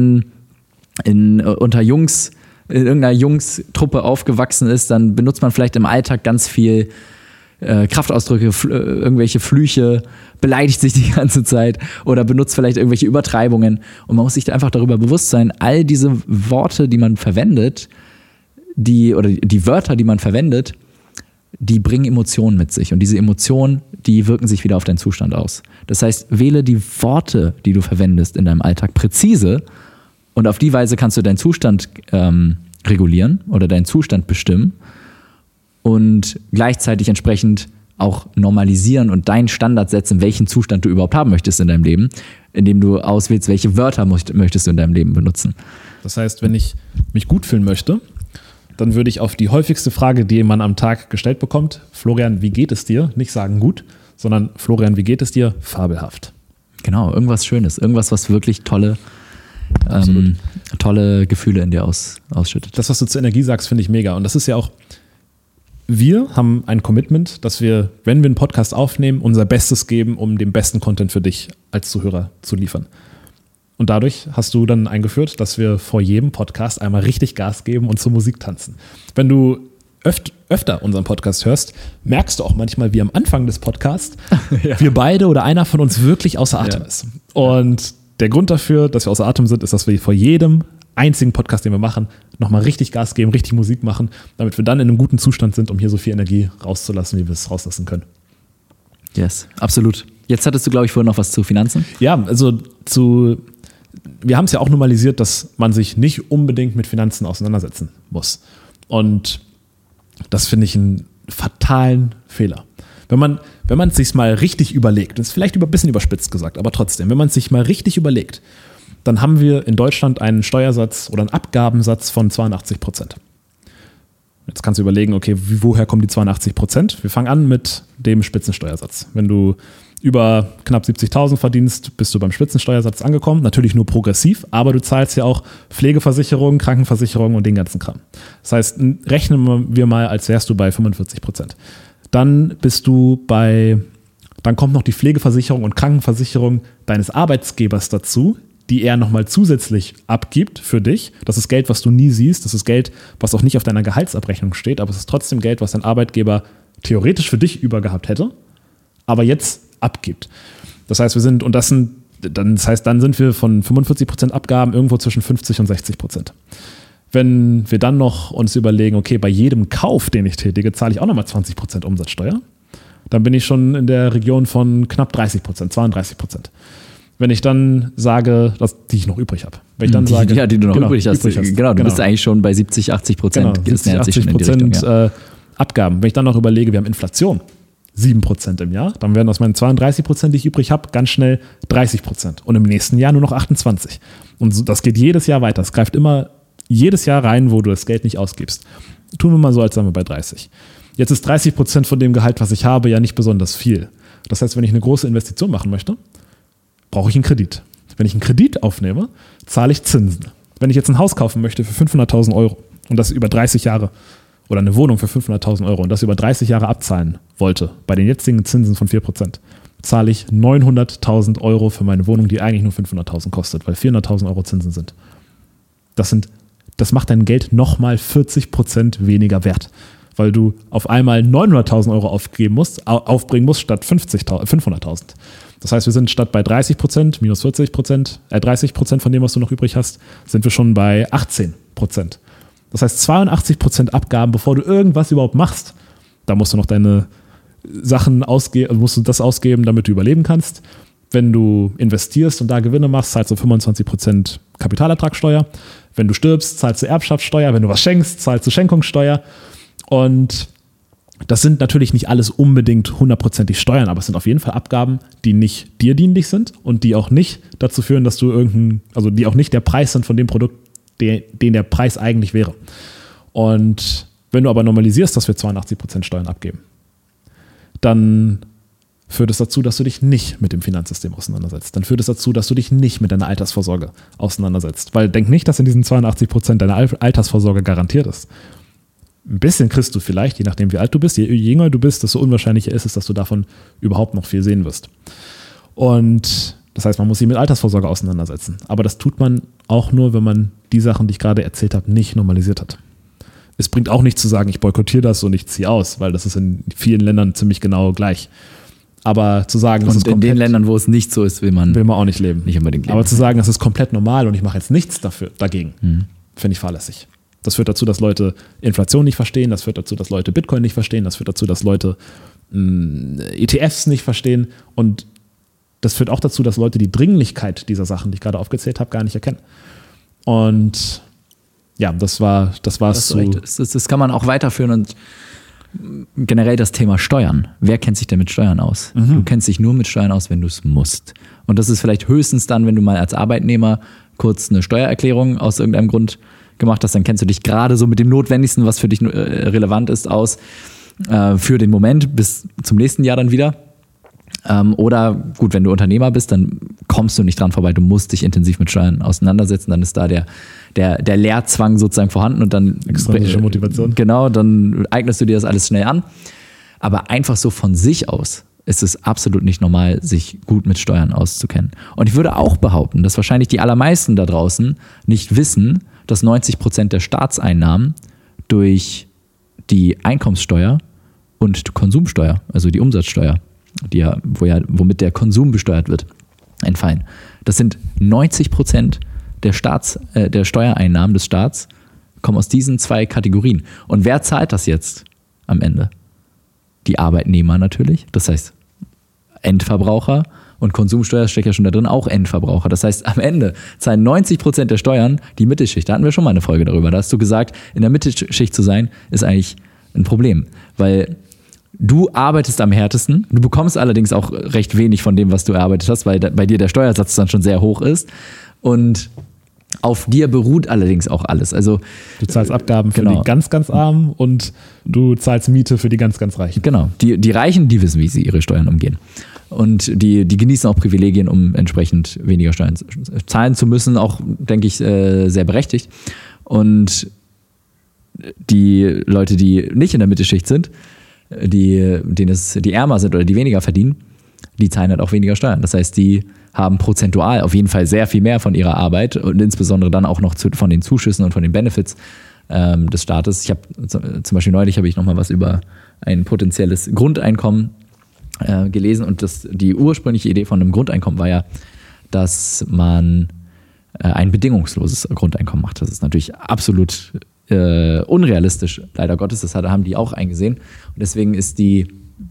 unter Jungs, in irgendeiner Jungstruppe aufgewachsen ist, dann benutzt man vielleicht im Alltag ganz viel Kraftausdrücke, irgendwelche Flüche, beleidigt sich die ganze Zeit oder benutzt vielleicht irgendwelche Übertreibungen. Und man muss sich einfach darüber bewusst sein, all diese Worte, die man verwendet, die Wörter, die man verwendet, die bringen Emotionen mit sich. Und diese Emotionen, die wirken sich wieder auf deinen Zustand aus. Das heißt, wähle die Worte, die du verwendest in deinem Alltag, präzise, und auf die Weise kannst du deinen Zustand regulieren oder deinen Zustand bestimmen. Und gleichzeitig entsprechend auch normalisieren und deinen Standard setzen, welchen Zustand du überhaupt haben möchtest in deinem Leben, indem du auswählst, welche Wörter möchtest du in deinem Leben benutzen. Das heißt, wenn ich mich gut fühlen möchte, dann würde ich auf die häufigste Frage, die man am Tag gestellt bekommt, Florian, wie geht es dir? Nicht sagen gut, sondern Florian, wie geht es dir? Fabelhaft. Genau, irgendwas Schönes, irgendwas, was wirklich tolle Gefühle in dir ausschüttet. Das, was du zur Energie sagst, finde ich mega. Und das ist ja auch, wir haben ein Commitment, dass wir, wenn wir einen Podcast aufnehmen, unser Bestes geben, um den besten Content für dich als Zuhörer zu liefern. Und dadurch hast du dann eingeführt, dass wir vor jedem Podcast einmal richtig Gas geben und zur Musik tanzen. Wenn du öfter unseren Podcast hörst, merkst du auch manchmal, wie am Anfang des Podcasts wir beide oder einer von uns wirklich außer Atem ist. Und der Grund dafür, dass wir außer Atem sind, ist, dass wir vor jedem einzigen Podcast, den wir machen, nochmal richtig Gas geben, richtig Musik machen, damit wir dann in einem guten Zustand sind, um hier so viel Energie rauszulassen, wie wir es rauslassen können. Yes, absolut. Jetzt hattest du, glaube ich, vorhin noch was zu Finanzen. Ja, also wir haben es ja auch normalisiert, dass man sich nicht unbedingt mit Finanzen auseinandersetzen muss. Und das finde ich einen fatalen Fehler. Wenn man es sich mal richtig überlegt, das ist vielleicht ein bisschen überspitzt gesagt, aber trotzdem, wenn man es sich mal richtig überlegt, dann haben wir in Deutschland einen Steuersatz oder einen Abgabensatz von 82%. Jetzt kannst du überlegen, okay, woher kommen die 82%? Wir fangen an mit dem Spitzensteuersatz. Wenn du über knapp 70.000 verdienst, bist du beim Spitzensteuersatz angekommen. Natürlich nur progressiv, aber du zahlst ja auch Pflegeversicherung, Krankenversicherung und den ganzen Kram. Das heißt, rechnen wir mal, als wärst du bei 45%. Dann kommt noch die Pflegeversicherung und Krankenversicherung deines Arbeitgebers dazu, die er nochmal zusätzlich abgibt für dich. Das ist Geld, was du nie siehst. Das ist Geld, was auch nicht auf deiner Gehaltsabrechnung steht, aber es ist trotzdem Geld, was dein Arbeitgeber theoretisch für dich übergehabt hätte, aber jetzt abgibt. Das heißt, dann sind wir von 45% Abgaben irgendwo zwischen 50% und 60%. Wenn wir dann noch uns überlegen, okay, bei jedem Kauf, den ich tätige, zahle ich auch nochmal 20% Umsatzsteuer, dann bin ich schon in der Region von knapp 30%, 32%. Wenn ich dann sage, die ich noch übrig habe. Wenn ich dann sage, die du noch übrig hast. Genau, du bist eigentlich schon bei 70-80%. Genau, 70-80% Abgaben. Wenn ich dann noch überlege, wir haben Inflation, 7% im Jahr, dann werden aus meinen 32%, die ich übrig habe, ganz schnell 30%. Und im nächsten Jahr nur noch 28%. Und das geht jedes Jahr weiter. Es greift immer jedes Jahr rein, wo du das Geld nicht ausgibst. Tun wir mal so, als wären wir bei 30%. Jetzt ist 30% von dem Gehalt, was ich habe, ja nicht besonders viel. Das heißt, wenn ich eine große Investition machen möchte, brauche ich einen Kredit. Wenn ich einen Kredit aufnehme, zahle ich Zinsen. Wenn ich jetzt ein Haus kaufen möchte für 500.000 € und das über 30 Jahre oder eine Wohnung für 500.000 Euro und das über 30 Jahre abzahlen wollte, bei den jetzigen Zinsen von 4%, zahle ich 900.000 Euro für meine Wohnung, die eigentlich nur 500.000 kostet, weil 400.000 Euro Zinsen sind. Das macht dein Geld nochmal 40% weniger wert, weil du auf einmal 900.000 Euro aufbringen musst statt 500.000. Das heißt, wir sind statt bei 30%, minus 40%, 30% von dem, was du noch übrig hast, sind wir schon bei 18%. Das heißt, 82% Abgaben, bevor du irgendwas überhaupt machst. Da musst du noch deine Sachen ausgeben, musst du das ausgeben, damit du überleben kannst. Wenn du investierst und da Gewinne machst, zahlst du 25% Kapitalertragssteuer. Wenn du stirbst, zahlst du Erbschaftssteuer. Wenn du was schenkst, zahlst du Schenkungssteuer. Und das sind natürlich nicht alles unbedingt 100%ig Steuern, aber es sind auf jeden Fall Abgaben, die nicht dir dienlich sind und die auch nicht dazu führen, dass du die auch nicht der Preis sind von dem Produkt, den der Preis eigentlich wäre. Und wenn du aber normalisierst, dass wir 82% Steuern abgeben, dann führt es dazu, dass du dich nicht mit dem Finanzsystem auseinandersetzt. Dann führt es dazu, dass du dich nicht mit deiner Altersvorsorge auseinandersetzt. Weil denk nicht, dass in diesen 82% deine Altersvorsorge garantiert ist. Ein bisschen kriegst du vielleicht, je nachdem wie alt du bist. Je jünger du bist, desto unwahrscheinlicher ist es, dass du davon überhaupt noch viel sehen wirst. Und das heißt, man muss sich mit Altersvorsorge auseinandersetzen. Aber das tut man auch nur, wenn man die Sachen, die ich gerade erzählt habe, nicht normalisiert hat. Es bringt auch nicht zu sagen, ich boykottiere das und ich ziehe aus, weil das ist in vielen Ländern ziemlich genau gleich. Aber zu sagen, das ist komplett, in den Ländern, wo es nicht so ist, will man auch nicht leben. Nicht unbedingt leben. Aber zu sagen, das ist komplett normal und ich mache jetzt nichts dagegen, finde ich fahrlässig. Das führt dazu, dass Leute Inflation nicht verstehen, das führt dazu, dass Leute Bitcoin nicht verstehen, das führt dazu, dass Leute ETFs nicht verstehen und das führt auch dazu, dass Leute die Dringlichkeit dieser Sachen, die ich gerade aufgezählt habe, gar nicht erkennen. Und ja, das war es so. Das kann man auch weiterführen und generell das Thema Steuern. Wer kennt sich denn mit Steuern aus? Du kennst dich nur mit Steuern aus, wenn du es musst. Und das ist vielleicht höchstens dann, wenn du mal als Arbeitnehmer kurz eine Steuererklärung aus irgendeinem Grund gemacht hast, dann kennst du dich gerade so mit dem Notwendigsten, was für dich relevant ist, aus für den Moment bis zum nächsten Jahr dann wieder. Oder gut, wenn du Unternehmer bist, dann kommst du nicht dran vorbei, du musst dich intensiv mit Steuern auseinandersetzen, dann ist da der Lehrzwang sozusagen vorhanden und dann extrinsische Motivation. Genau, dann eignest du dir das alles schnell an. Aber einfach so von sich aus ist es absolut nicht normal, sich gut mit Steuern auszukennen. Und ich würde auch behaupten, dass wahrscheinlich die allermeisten da draußen nicht wissen, dass 90% der Staatseinnahmen durch die Einkommenssteuer und Konsumsteuer, also die Umsatzsteuer, womit der Konsum besteuert wird, entfallen. Das sind 90% der Steuereinnahmen des Staats kommen aus diesen zwei Kategorien. Und wer zahlt das jetzt am Ende? Die Arbeitnehmer natürlich, das heißt Endverbraucher, und Konsumsteuer steckt ja schon da drin, auch Endverbraucher. Das heißt, am Ende zahlen 90% der Steuern die Mittelschicht. Da hatten wir schon mal eine Folge darüber. Da hast du gesagt, in der Mittelschicht zu sein, ist eigentlich ein Problem, weil du arbeitest am härtesten, du bekommst allerdings auch recht wenig von dem, was du erarbeitet hast, weil bei dir der Steuersatz dann schon sehr hoch ist und auf dir beruht allerdings auch alles. Also du zahlst Abgaben für die ganz, ganz Armen und du zahlst Miete für die ganz, ganz Reichen. Genau, die Reichen, die wissen, wie sie ihre Steuern umgehen. Und die genießen auch Privilegien, um entsprechend weniger Steuern zahlen zu müssen, auch, denke ich, sehr berechtigt. Und die Leute, die nicht in der Mittelschicht sind, die ärmer sind oder die weniger verdienen, die zahlen halt auch weniger Steuern. Das heißt, die haben prozentual auf jeden Fall sehr viel mehr von ihrer Arbeit und insbesondere dann auch noch von den Zuschüssen und von den Benefits des Staates. Ich habe zum Beispiel neulich noch mal was über ein potenzielles Grundeinkommen gelesen und die ursprüngliche Idee von einem Grundeinkommen war ja, dass man ein bedingungsloses Grundeinkommen macht. Das ist natürlich absolut unrealistisch, leider Gottes. Das haben die auch eingesehen. Und deswegen ist die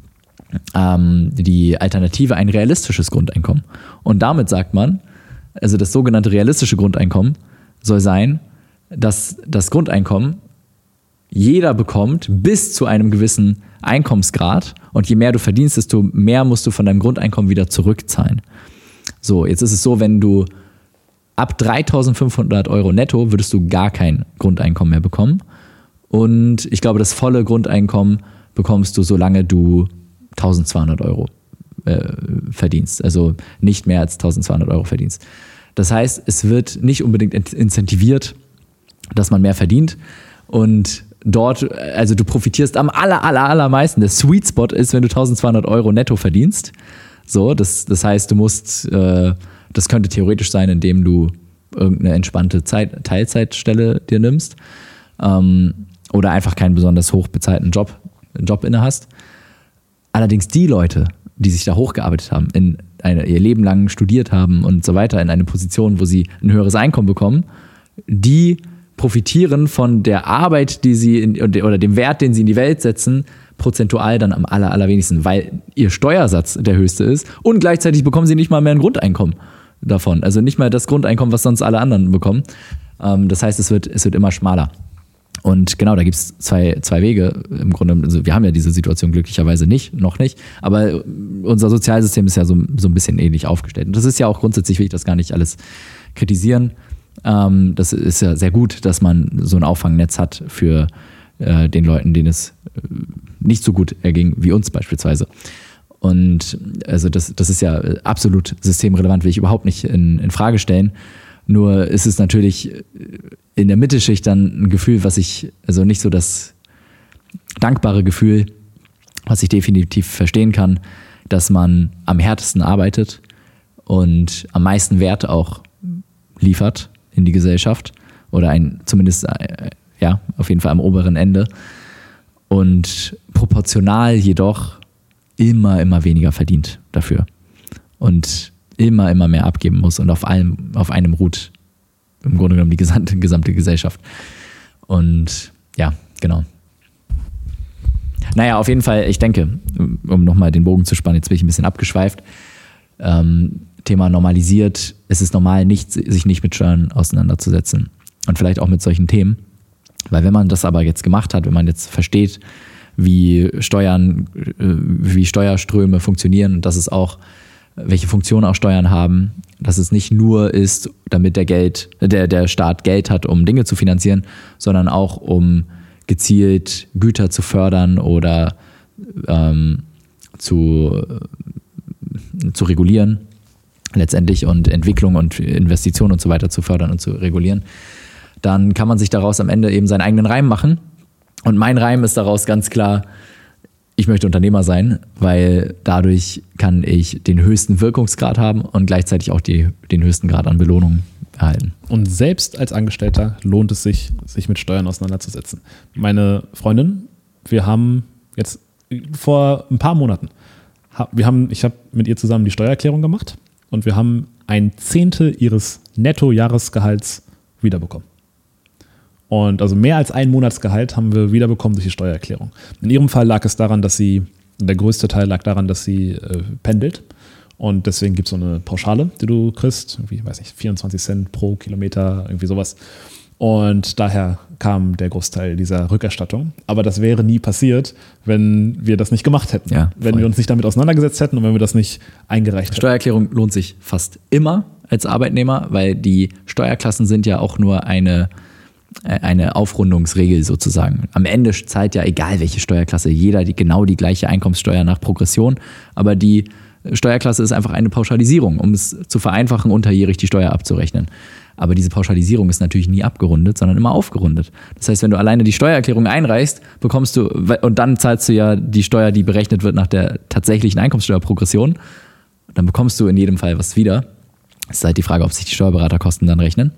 Alternative ein realistisches Grundeinkommen. Und damit sagt man, also das sogenannte realistische Grundeinkommen soll sein, dass das Grundeinkommen jeder bekommt bis zu einem gewissen Einkommensgrad und je mehr du verdienst, desto mehr musst du von deinem Grundeinkommen wieder zurückzahlen. So, jetzt ist es so, wenn du ab 3.500 Euro netto würdest du gar kein Grundeinkommen mehr bekommen und ich glaube, das volle Grundeinkommen bekommst du, solange du 1.200 Euro verdienst, also nicht mehr als 1.200 Euro verdienst. Das heißt, es wird nicht unbedingt incentiviert, dass man mehr verdient und dort, also du profitierst am allermeisten. Der Sweet Spot ist, wenn du 1.200 € netto verdienst. So, das heißt, du musst, das könnte theoretisch sein, indem du irgendeine entspannte Teilzeitstelle dir nimmst oder einfach keinen besonders hoch bezahlten Job inne hast. Allerdings die Leute, die sich da hochgearbeitet haben, ihr Leben lang studiert haben und so weiter, in eine Position, wo sie ein höheres Einkommen bekommen, die profitieren von der Arbeit, die sie oder dem Wert, den sie in die Welt setzen, prozentual dann am allerwenigsten, weil ihr Steuersatz der höchste ist und gleichzeitig bekommen sie nicht mal mehr ein Grundeinkommen davon. Also nicht mal das Grundeinkommen, was sonst alle anderen bekommen. Das heißt, es wird immer schmaler. Und genau, da gibt es zwei Wege im Grunde. Also wir haben ja diese Situation glücklicherweise noch nicht, aber unser Sozialsystem ist ja so ein bisschen ähnlich aufgestellt. Und das ist ja auch grundsätzlich, will ich das gar nicht alles kritisieren. Das ist ja sehr gut, dass man so ein Auffangnetz hat für den Leuten, denen es nicht so gut erging wie uns beispielsweise. Und also das ist ja absolut systemrelevant, will ich überhaupt nicht in Frage stellen. Nur ist es natürlich in der Mittelschicht dann ein Gefühl, also nicht so das dankbare Gefühl, was ich definitiv verstehen kann, dass man am härtesten arbeitet und am meisten Wert auch liefert in die Gesellschaft oder zumindest auf jeden Fall am oberen Ende und proportional jedoch immer weniger verdient dafür und immer mehr abgeben muss und auf einem ruht im Grunde genommen die gesamte Gesellschaft. Und ja, genau. Naja, auf jeden Fall, ich denke, um nochmal den Bogen zu spannen, jetzt bin ich ein bisschen abgeschweift, Thema normalisiert, es ist normal, sich nicht mit Steuern auseinanderzusetzen und vielleicht auch mit solchen Themen, weil wenn man das aber jetzt gemacht hat, wenn man jetzt versteht, wie Steuerströme funktionieren und dass es auch welche Funktion auch Steuern haben, dass es nicht nur ist, damit der Staat Geld hat, um Dinge zu finanzieren, sondern auch um gezielt Güter zu fördern oder zu regulieren letztendlich und Entwicklung und Investitionen und so weiter zu fördern und zu regulieren, dann kann man sich daraus am Ende eben seinen eigenen Reim machen. Und mein Reim ist daraus ganz klar, ich möchte Unternehmer sein, weil dadurch kann ich den höchsten Wirkungsgrad haben und gleichzeitig auch den höchsten Grad an Belohnung erhalten. Und selbst als Angestellter lohnt es sich mit Steuern auseinanderzusetzen. Meine Freundin, wir haben jetzt vor ein paar Monaten, ich habe mit ihr zusammen die Steuererklärung gemacht und wir haben 1/10 ihres Netto-Jahresgehalts wiederbekommen. Und also mehr als ein Monatsgehalt haben wir wiederbekommen durch die Steuererklärung. In ihrem Fall lag es daran, der größte Teil lag daran, dass sie pendelt. Und deswegen gibt es so eine Pauschale, die du kriegst, irgendwie, weiß nicht, 24 Cent pro Kilometer, irgendwie sowas. Und daher kam der Großteil dieser Rückerstattung. Aber das wäre nie passiert, wenn wir das nicht gemacht hätten. Ja, wenn wir uns nicht damit auseinandergesetzt hätten und wenn wir das nicht eingereicht hätten. Steuererklärung lohnt sich fast immer als Arbeitnehmer, weil die Steuerklassen sind ja auch nur eine Aufrundungsregel sozusagen. Am Ende zahlt ja egal welche Steuerklasse jeder die gleiche Einkommenssteuer nach Progression, aber die Steuerklasse ist einfach eine Pauschalisierung, um es zu vereinfachen, unterjährig die Steuer abzurechnen. Aber diese Pauschalisierung ist natürlich nie abgerundet, sondern immer aufgerundet. Das heißt, wenn du alleine die Steuererklärung einreichst, bekommst du, und dann zahlst du ja die Steuer, die berechnet wird nach der tatsächlichen Einkommenssteuerprogression, dann bekommst du in jedem Fall was wieder. Es ist halt die Frage, ob sich die Steuerberaterkosten dann rechnen.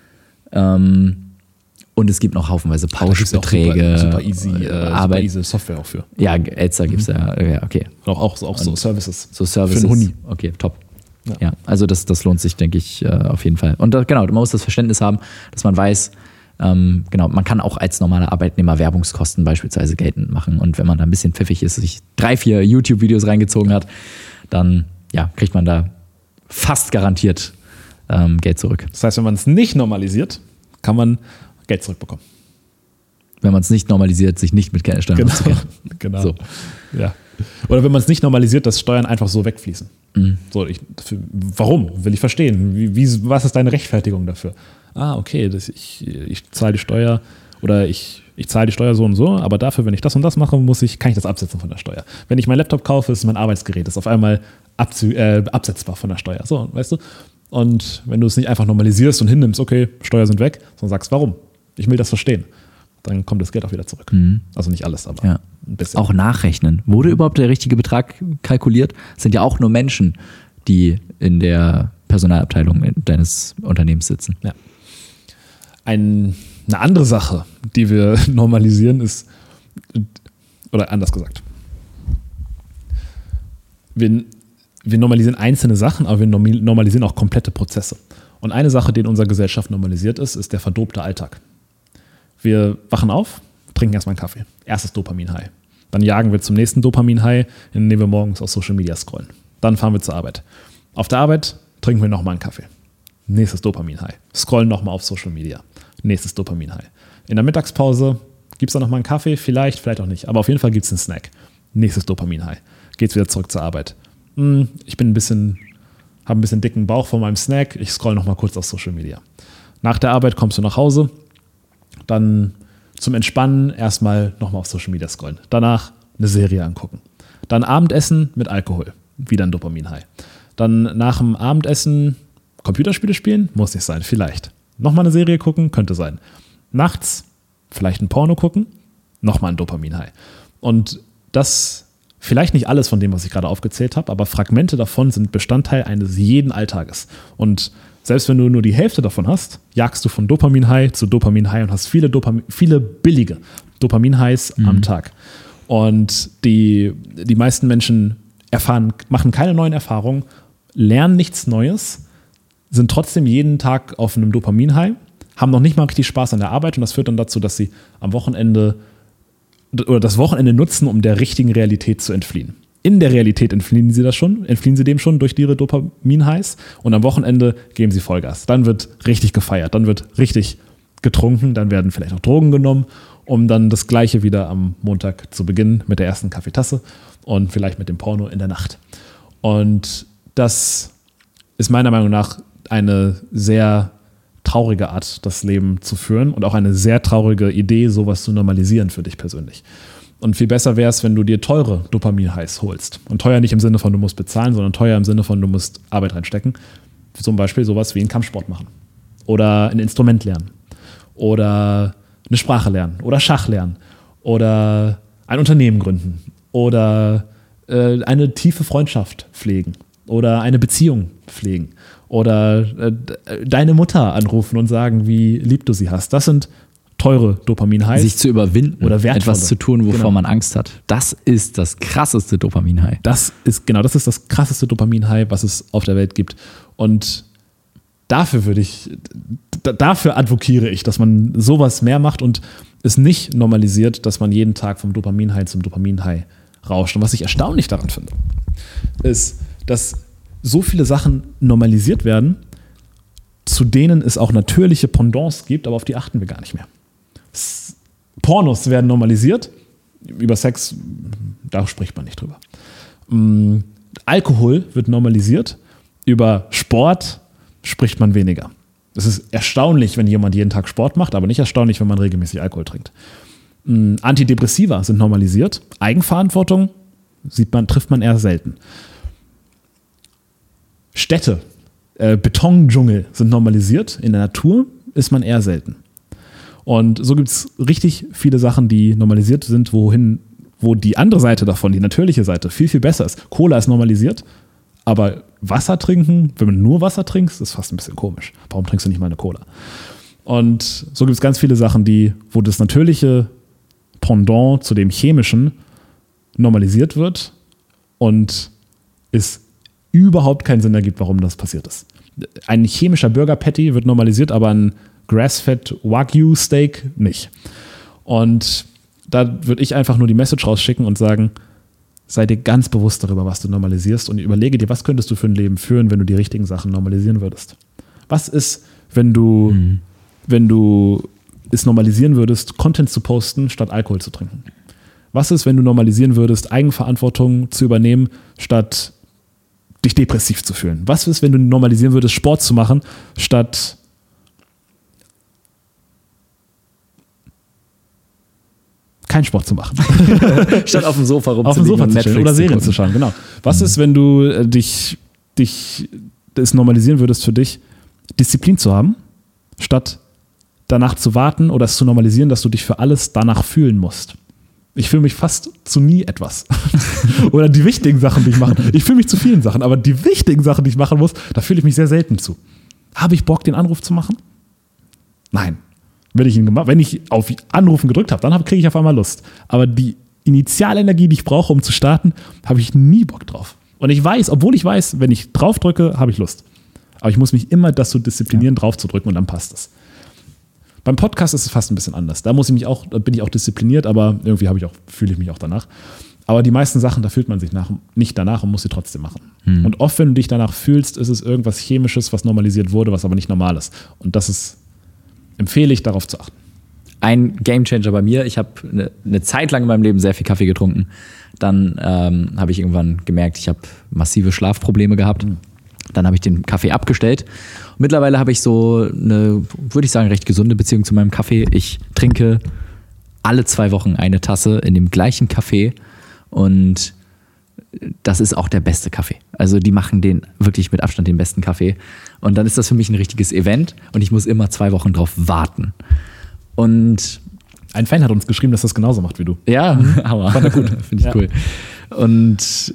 Und es gibt noch haufenweise Pauschbeträge. Super easy Software auch für. Ja, Elster gibt es ja, okay. Auch so Services. So Services. Für den Huni. Okay, top. Ja, also das lohnt sich, denke ich, auf jeden Fall. Und genau, man muss das Verständnis haben, dass man weiß, man kann auch als normaler Arbeitnehmer Werbungskosten beispielsweise geltend machen. Und wenn man da ein bisschen pfiffig ist, sich 3-4 YouTube-Videos reingezogen hat, dann kriegt man da fast garantiert Geld zurück. Das heißt, wenn man es nicht normalisiert, kann man Geld zurückbekommen. Wenn man es nicht normalisiert, sich nicht mit Steuern auszukennen. Genau. So. Ja. Oder wenn man es nicht normalisiert, dass Steuern einfach so wegfließen. Mhm. So, warum? Will ich verstehen. Was ist deine Rechtfertigung dafür? Okay, ich zahle die Steuer oder ich zahle die Steuer so und so, aber dafür, wenn ich das und das mache, kann ich das absetzen von der Steuer. Wenn ich meinen Laptop kaufe, ist mein Arbeitsgerät, ist auf einmal absetzbar von der Steuer. So, weißt du? Und wenn du es nicht einfach normalisierst und hinnimmst, okay, Steuer sind weg, sondern sagst, warum? Ich will das verstehen. dann kommt das Geld auch wieder zurück. Also nicht alles, aber Ja. ein bisschen. Auch nachrechnen. Wurde überhaupt der richtige Betrag kalkuliert? Es sind ja auch nur Menschen, die in der Personalabteilung deines Unternehmens sitzen. Ja. Eine andere Sache, die wir normalisieren, ist, oder anders gesagt, wir normalisieren einzelne Sachen, aber wir normalisieren auch komplette Prozesse. Und eine Sache, die in unserer Gesellschaft normalisiert ist der verdobte Alltag. Wir wachen auf, trinken erstmal einen Kaffee. Erstes Dopamin-High. Dann jagen wir zum nächsten Dopamin-High, indem wir morgens auf Social Media scrollen. Dann fahren wir zur Arbeit. Auf der Arbeit trinken wir nochmal einen Kaffee. Nächstes Dopamin-High. Scrollen nochmal auf Social Media. Nächstes Dopamin-High. In der Mittagspause gibt es dann nochmal einen Kaffee, vielleicht auch nicht. Aber auf jeden Fall gibt es einen Snack. Nächstes Dopamin-High. Geht's wieder zurück zur Arbeit. Ich bin habe ein bisschen dicken Bauch von meinem Snack. Ich scroll nochmal kurz auf Social Media. Nach der Arbeit kommst du nach Hause. Dann zum Entspannen erstmal nochmal auf Social Media scrollen. Danach eine Serie angucken. Dann Abendessen mit Alkohol. Wieder ein Dopamin-High. Dann nach dem Abendessen Computerspiele spielen? Muss nicht sein, vielleicht. Nochmal eine Serie gucken? Könnte sein. Nachts vielleicht ein Porno gucken? Nochmal ein Dopamin-High. Und das vielleicht nicht alles von dem, was ich gerade aufgezählt habe, aber Fragmente davon sind Bestandteil eines jeden Alltages. Und selbst wenn du nur die Hälfte davon hast, jagst du von Dopamin-High zu Dopamin-High und hast viele billige Dopamin-Highs am Tag. Und die meisten Menschen machen keine neuen Erfahrungen, lernen nichts Neues, sind trotzdem jeden Tag auf einem Dopamin-High, haben noch nicht mal richtig Spaß an der Arbeit und das führt dann dazu, dass sie am Wochenende oder das Wochenende nutzen, um der richtigen Realität zu entfliehen. In der Realität entfliehen sie dem schon durch ihre Dopamin-Highs und am Wochenende geben sie Vollgas. Dann wird richtig gefeiert, dann wird richtig getrunken, dann werden vielleicht auch Drogen genommen, um dann das Gleiche wieder am Montag zu beginnen mit der ersten Kaffeetasse und vielleicht mit dem Porno in der Nacht. Und das ist meiner Meinung nach eine sehr traurige Art, das Leben zu führen und auch eine sehr traurige Idee, sowas zu normalisieren für dich persönlich. Und viel besser wäre es, wenn du dir teure Dopamin-Highs holst. Und teuer nicht im Sinne von, du musst bezahlen, sondern teuer im Sinne von, du musst Arbeit reinstecken. Zum Beispiel sowas wie einen Kampfsport machen. Oder ein Instrument lernen. Oder eine Sprache lernen. Oder Schach lernen. Oder ein Unternehmen gründen. Oder eine tiefe Freundschaft pflegen. Oder eine Beziehung pflegen. Oder deine Mutter anrufen und sagen, wie lieb du sie hast. Das sind teure Dopamin-Highs. Sich zu überwinden, oder wertvolle. etwas zu tun, wovor man Angst hat. Das ist das krasseste Dopamin-High. Das ist das krasseste Dopamin-High, was es auf der Welt gibt. Und dafür advokiere ich, dass man sowas mehr macht und es nicht normalisiert, dass man jeden Tag vom Dopamin-High zum Dopamin-High rauscht. Und was ich erstaunlich daran finde, ist, dass so viele Sachen normalisiert werden, zu denen es auch natürliche Pendants gibt, aber auf die achten wir gar nicht mehr. Pornos werden normalisiert, über Sex, da spricht man nicht drüber. Alkohol wird normalisiert, über Sport spricht man weniger. Es ist erstaunlich, wenn jemand jeden Tag Sport macht, aber nicht erstaunlich, wenn man regelmäßig Alkohol trinkt. Antidepressiva sind normalisiert, Eigenverantwortung trifft man eher selten. Städte, Betondschungel sind normalisiert, in der Natur ist man eher selten. Und so gibt es richtig viele Sachen, die normalisiert sind, wo die andere Seite davon, die natürliche Seite, viel, viel besser ist. Cola ist normalisiert, aber Wasser trinken, wenn man nur Wasser trinkst, ist fast ein bisschen komisch. Warum trinkst du nicht mal eine Cola? Und so gibt es ganz viele Sachen, wo das natürliche Pendant zu dem chemischen normalisiert wird und es überhaupt keinen Sinn ergibt, warum das passiert ist. Ein chemischer Burger Patty wird normalisiert, aber ein Grass-Fed Wagyu Steak nicht. Und da würde ich einfach nur die Message rausschicken und sagen, sei dir ganz bewusst darüber, was du normalisierst und überlege dir, was könntest du für ein Leben führen, wenn du die richtigen Sachen normalisieren würdest. Was ist, wenn du es normalisieren würdest, Content zu posten, statt Alkohol zu trinken? Was ist, wenn du normalisieren würdest, Eigenverantwortung zu übernehmen, statt dich depressiv zu fühlen? Was ist, wenn du normalisieren würdest, Sport zu machen, statt keinen Sport zu machen? Statt auf dem Sofa auf dem Sofa zu chillen oder Serien zu schauen, genau. Was ist, wenn du es normalisieren würdest für dich, Disziplin zu haben, statt danach zu warten oder es zu normalisieren, dass du dich für alles danach fühlen musst. Ich fühle mich fast zu nie etwas. Oder die wichtigen Sachen, die ich mache. Ich fühle mich zu vielen Sachen, aber die wichtigen Sachen, die ich machen muss, da fühle ich mich sehr selten zu. Habe ich Bock, den Anruf zu machen? Nein. Wenn ich auf Anrufen gedrückt habe, dann kriege ich auf einmal Lust. Aber die Initialenergie, die ich brauche, um zu starten, habe ich nie Bock drauf. Und ich weiß, obwohl ich weiß, wenn ich drauf drücke, habe ich Lust. Aber ich muss mich immer dazu disziplinieren, drauf zu drücken und dann passt es. Beim Podcast ist es fast ein bisschen anders. Da bin ich auch diszipliniert, aber irgendwie fühle ich mich auch danach. Aber die meisten Sachen, da fühlt man sich nicht danach und muss sie trotzdem machen. Und oft, wenn du dich danach fühlst, ist es irgendwas Chemisches, was normalisiert wurde, was aber nicht normal ist. Und empfehle ich, darauf zu achten. Ein Gamechanger bei mir. Ich habe eine Zeit lang in meinem Leben sehr viel Kaffee getrunken. Dann habe ich irgendwann gemerkt, ich habe massive Schlafprobleme gehabt. Dann habe ich den Kaffee abgestellt. Und mittlerweile habe ich so eine, würde ich sagen, recht gesunde Beziehung zu meinem Kaffee. Ich trinke alle 2 Wochen eine Tasse in dem gleichen Kaffee. Und das ist auch der beste Kaffee. Also die machen den wirklich mit Abstand den besten Kaffee. Und dann ist das für mich ein richtiges Event. Und ich muss immer 2 Wochen drauf warten. Und ein Fan hat uns geschrieben, dass das genauso macht wie du. Ja, aber fand er gut. Finde ich cool. Und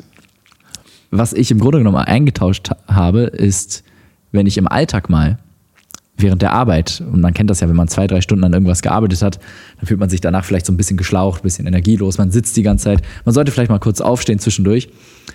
was ich im Grunde genommen eingetauscht habe, ist, wenn ich im Alltag mal während der Arbeit, und man kennt das ja, wenn man 2-3 Stunden an irgendwas gearbeitet hat, dann fühlt man sich danach vielleicht so ein bisschen geschlaucht, ein bisschen energielos, man sitzt die ganze Zeit, man sollte vielleicht mal kurz aufstehen zwischendurch.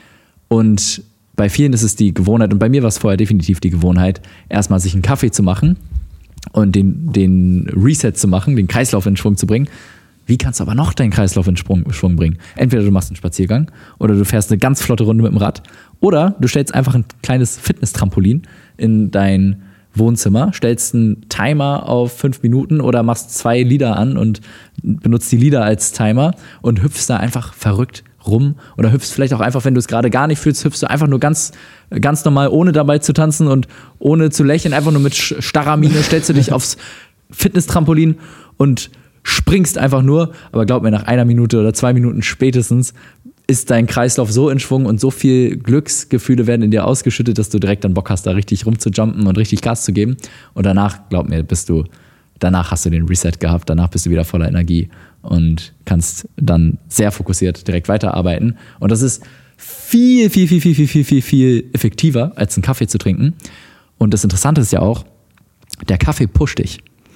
Und bei vielen ist es die Gewohnheit, und bei mir war es vorher definitiv die Gewohnheit, erstmal sich einen Kaffee zu machen und den Reset zu machen, den Kreislauf in Schwung zu bringen. Wie kannst du aber noch deinen Kreislauf in Schwung bringen? Entweder du machst einen Spaziergang oder du fährst eine ganz flotte Runde mit dem Rad oder du stellst einfach ein kleines Fitness-Trampolin in dein Wohnzimmer, stellst einen Timer auf 5 Minuten oder machst 2 Lieder an und benutzt die Lieder als Timer und hüpfst da einfach verrückt rum oder hüpfst vielleicht auch einfach, wenn du es gerade gar nicht fühlst, hüpfst du einfach nur ganz normal, ohne dabei zu tanzen und ohne zu lächeln, einfach nur mit starrer Miene stellst du dich aufs Fitness-Trampolin und springst einfach nur, aber glaub mir, nach 1 Minute oder 2 Minuten spätestens ist dein Kreislauf so in Schwung und so viel Glücksgefühle werden in dir ausgeschüttet, dass du direkt dann Bock hast, da richtig rumzujumpen und richtig Gas zu geben. Und danach, glaub mir, danach hast du den Reset gehabt, danach bist du wieder voller Energie und kannst dann sehr fokussiert direkt weiterarbeiten. Und das ist viel, viel, viel, viel, viel, viel, viel, viel effektiver, als einen Kaffee zu trinken. Und das Interessante ist ja auch, der Kaffee pusht dich,